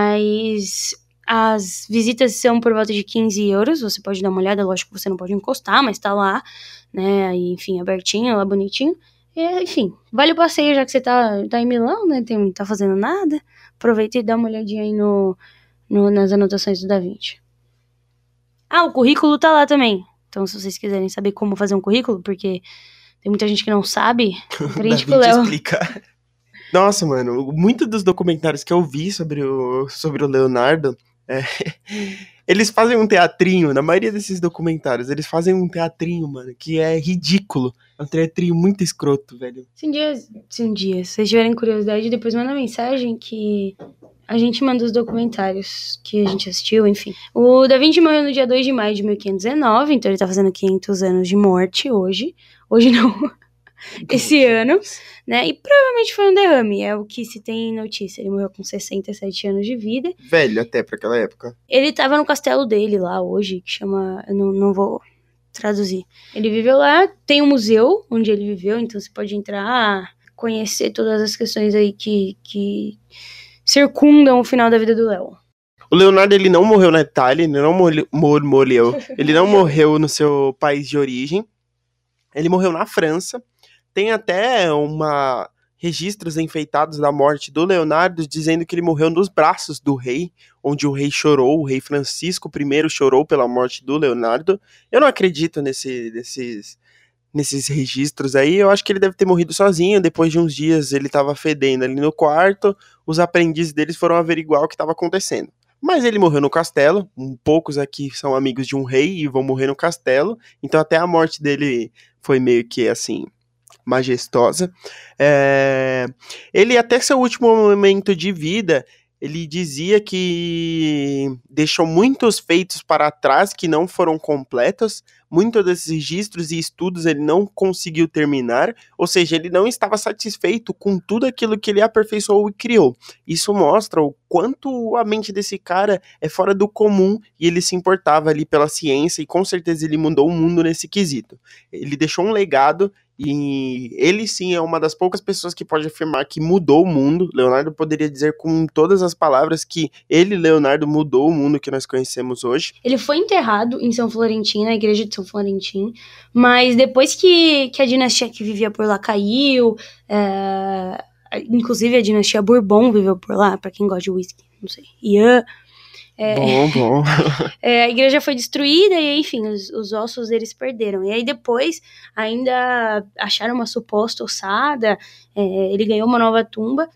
mas as visitas são por volta de quinze euros, você pode dar uma olhada, lógico que você não pode encostar, mas tá lá, né, aí, enfim, abertinho, lá bonitinho. E, enfim, vale o passeio, já que você tá, tá em Milão, né, tem, tá fazendo nada. Aproveita e dá uma olhadinha aí no, no, nas anotações do Da Vinci. Ah, o currículo tá lá também. Então, se vocês quiserem saber como fazer um currículo, porque tem muita gente que não sabe, frente pro Léo. Explicar. Nossa, mano, muitos dos documentários que eu vi sobre o, sobre o Leonardo, é, eles fazem um teatrinho, na maioria desses documentários, eles fazem um teatrinho, mano, que é ridículo. É um teatrinho muito escroto, velho. Se um dia, se um dia vocês tiverem curiosidade, depois manda mensagem que a gente manda os documentários que a gente assistiu, enfim. O Da Vinci morreu no dia dois de maio de mil quinhentos e dezenove, então ele tá fazendo quinhentos anos de morte hoje. Hoje não, esse ano, né? E provavelmente foi um derrame, é o que se tem notícia. Ele morreu com sessenta e sete anos de vida. Velho até pra aquela época. Ele tava no castelo dele lá hoje, que chama... Eu não, não vou traduzir. Ele viveu lá, tem um museu onde ele viveu, então você pode entrar, conhecer todas as questões aí que, que circundam o final da vida do Léo. O Leonardo, ele não morreu na Itália, ele não morreu, morreu, ele não morreu no seu país de origem, ele morreu na França. Tem até uma registros enfeitados da morte do Leonardo, dizendo que ele morreu nos braços do rei, onde o rei chorou, o rei Francisco I chorou pela morte do Leonardo. Eu não acredito nesse, nesses, nesses registros aí, eu acho que ele deve ter morrido sozinho, depois de uns dias ele estava fedendo ali no quarto, os aprendizes deles foram averiguar o que estava acontecendo. Mas ele morreu no castelo, poucos aqui são amigos de um rei e vão morrer no castelo, então até a morte dele foi meio que assim, majestosa. É, ele até seu último momento de vida, ele dizia que deixou muitos feitos para trás que não foram completos, muitos desses registros e estudos ele não conseguiu terminar, ou seja, ele não estava satisfeito com tudo aquilo que ele aperfeiçoou e criou. Isso mostra o quanto a mente desse cara é fora do comum e ele se importava ali pela ciência e com certeza ele mudou o mundo nesse quesito. Ele deixou um legado e ele sim é uma das poucas pessoas que pode afirmar que mudou o mundo. Leonardo poderia dizer com todas as palavras que ele, Leonardo, mudou o mundo que nós conhecemos hoje. Ele foi enterrado em São Florentim, na igreja de São Florentim, mas depois que, que a dinastia que vivia por lá caiu, é, inclusive a dinastia Bourbon viveu por lá, pra quem gosta de whisky, não sei, Ian... É, bom, bom. é, a igreja foi destruída e, enfim, os, os ossos deles perderam. E aí depois ainda acharam uma suposta ossada, é, ele ganhou uma nova tumba,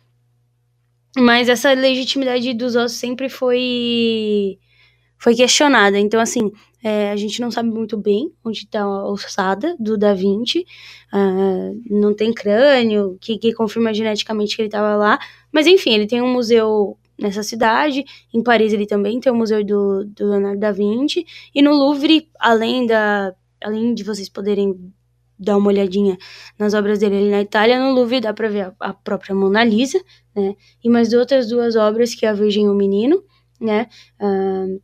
mas essa legitimidade dos ossos sempre foi, foi questionada. Então, assim, é, a gente não sabe muito bem onde está a ossada do Da Vinci, uh, não tem crânio que, que confirma geneticamente que ele estava lá, mas, enfim, ele tem um museu nessa cidade. Em Paris ele também tem o museu do, do Leonardo da Vinci, e no Louvre, além, da, além de vocês poderem dar uma olhadinha nas obras dele ali na Itália, no Louvre dá para ver a, a própria Mona Lisa, né, e mais outras duas obras, que é a Virgem e o Menino, né, uh,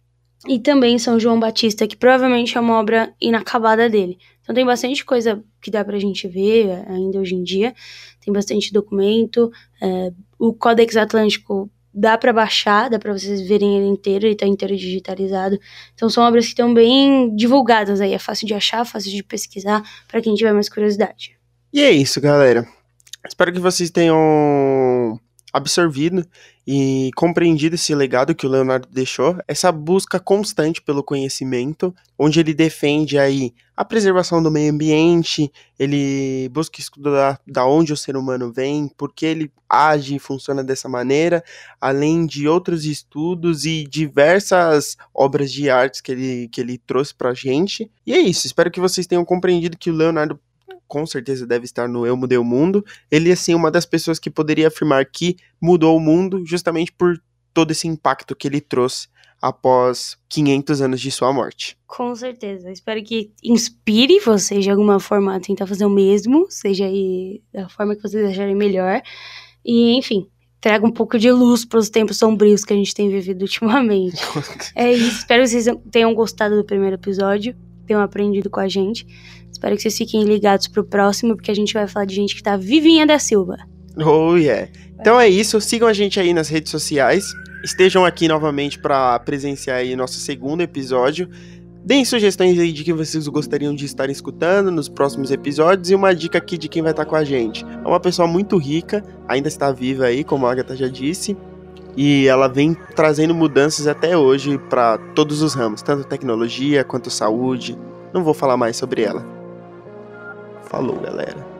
e também São João Batista, que provavelmente é uma obra inacabada dele. Então tem bastante coisa que dá pra gente ver ainda hoje em dia, tem bastante documento, uh, o Códex Atlântico dá para baixar, dá para vocês verem ele inteiro, ele tá inteiro digitalizado. Então são obras que estão bem divulgadas aí, é fácil de achar, fácil de pesquisar, para quem tiver mais curiosidade. E é isso, galera. Espero que vocês tenham absorvido e compreendido esse legado que o Leonardo deixou, essa busca constante pelo conhecimento, onde ele defende aí a preservação do meio ambiente, ele busca estudar da onde o ser humano vem, por que ele age e funciona dessa maneira, além de outros estudos e diversas obras de arte que ele, que ele trouxe pra gente. E é isso, espero que vocês tenham compreendido que o Leonardo com certeza deve estar no Eu Mudei o Mundo. Ele, assim, é uma das pessoas que poderia afirmar que mudou o mundo justamente por todo esse impacto que ele trouxe após quinhentos anos de sua morte. Com certeza. Espero que inspire vocês de alguma forma a tentar fazer o mesmo, seja aí da forma que vocês acharem melhor. E, enfim, traga um pouco de luz para os tempos sombrios que a gente tem vivido ultimamente. É isso. Espero que vocês tenham gostado do primeiro episódio, tenham aprendido com a gente. Espero que vocês fiquem ligados pro próximo, porque a gente vai falar de gente que tá vivinha da Silva. Oh, yeah. Então é isso, sigam a gente aí nas redes sociais, estejam aqui novamente para presenciar aí nosso segundo episódio. Deem sugestões aí de que vocês gostariam de estar escutando nos próximos episódios e uma dica aqui de quem vai estar com a gente. É uma pessoa muito rica, ainda está viva aí, como a Agatha já disse, e ela vem trazendo mudanças até hoje para todos os ramos, tanto tecnologia quanto saúde. Não vou falar mais sobre ela. Falou, galera.